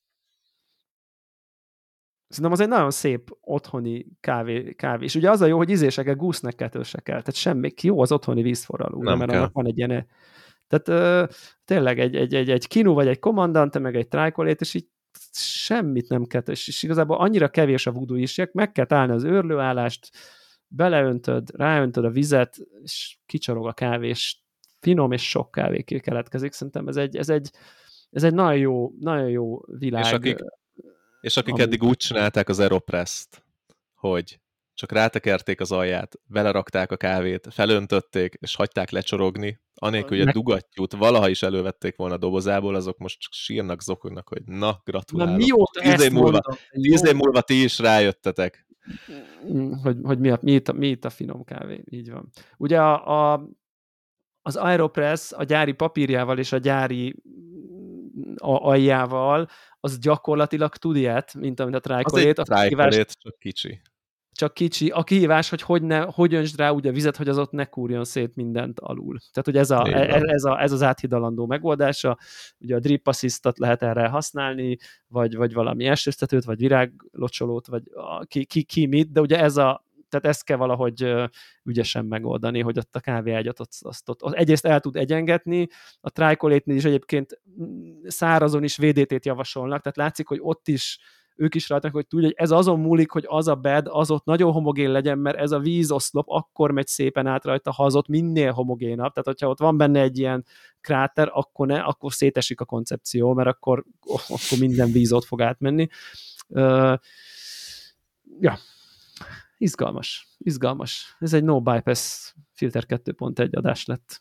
Szerintem az egy nagyon szép otthoni kávé. És ugye az a jó, hogy ízéseket gúsznek se kell. Tehát semmi, jó az otthoni vízforraló, mert annak van egy ilyen... Tehát tényleg egy Kinu vagy egy Commandante, meg egy Tricolate, és így semmit nem kell, és igazából annyira kevés a voodoo is, meg kell állni az őrlőállást, beleöntöd, ráöntöd a vizet, és kicsorog a kávé, és finom és sok kávé keletkezik. Szerintem ez egy nagyon jó világ. És akik eddig úgy csinálták az Aeropress-t, hogy csak rátekerték az alját, belerakták a kávét, felöntötték, és hagyták lecsorogni, anélkül, hogy a dugattyút valaha is elővették volna a dobozából, azok most csak sírnak, zokognak, hogy na, gratulálok. Na, mióta 10 év múlva ti is rájöttetek. Hogy mi itt a finom kávé, így van. Ugye az Aeropress a gyári papírjával és a gyári aljával, az gyakorlatilag tud ilyet, mint amit a Tricolate. Az egy Tricolate, csak kicsi. Csak kicsi. A kihívás, hogy öntsd rá úgy a vizet, hogy az ott ne kúrjon szét mindent alul. Tehát, hogy ez az áthidalandó megoldása. Ugye a Drip Assistot lehet erre használni, vagy valami esőztetőt, vagy viráglocsolót, vagy ki mit, de ugye tehát ezt kell valahogy ügyesen megoldani, hogy ott a kávéágyat azt egyrészt el tud egyengetni, a Tricolate-nél is egyébként szárazon is VDT-t javasolnak, tehát látszik, hogy ott is ők is rajtak, hogy tudja, hogy ez azon múlik, hogy az a bed, az ott nagyon homogén legyen, mert ez a vízoszlop akkor megy szépen át rajta, ha az ott minél homogénabb. Tehát, hogyha ott van benne egy ilyen kráter, akkor szétesik a koncepció, mert akkor minden víz ott fog átmenni. Ja, izgalmas. Ez egy no bypass Filter 2.1 adás lett.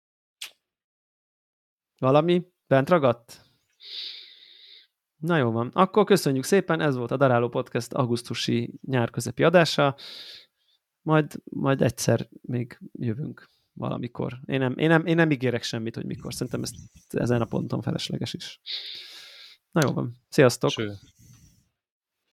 Valami? Bent ragadt? Na jó van. Akkor köszönjük szépen, ez volt a Daráló Podcast augusztusi nyárközepi adása. Majd egyszer még jövünk valamikor. Én nem ígérek semmit, hogy mikor. Szerintem ezen a ponton felesleges is. Na jó van. Sziasztok!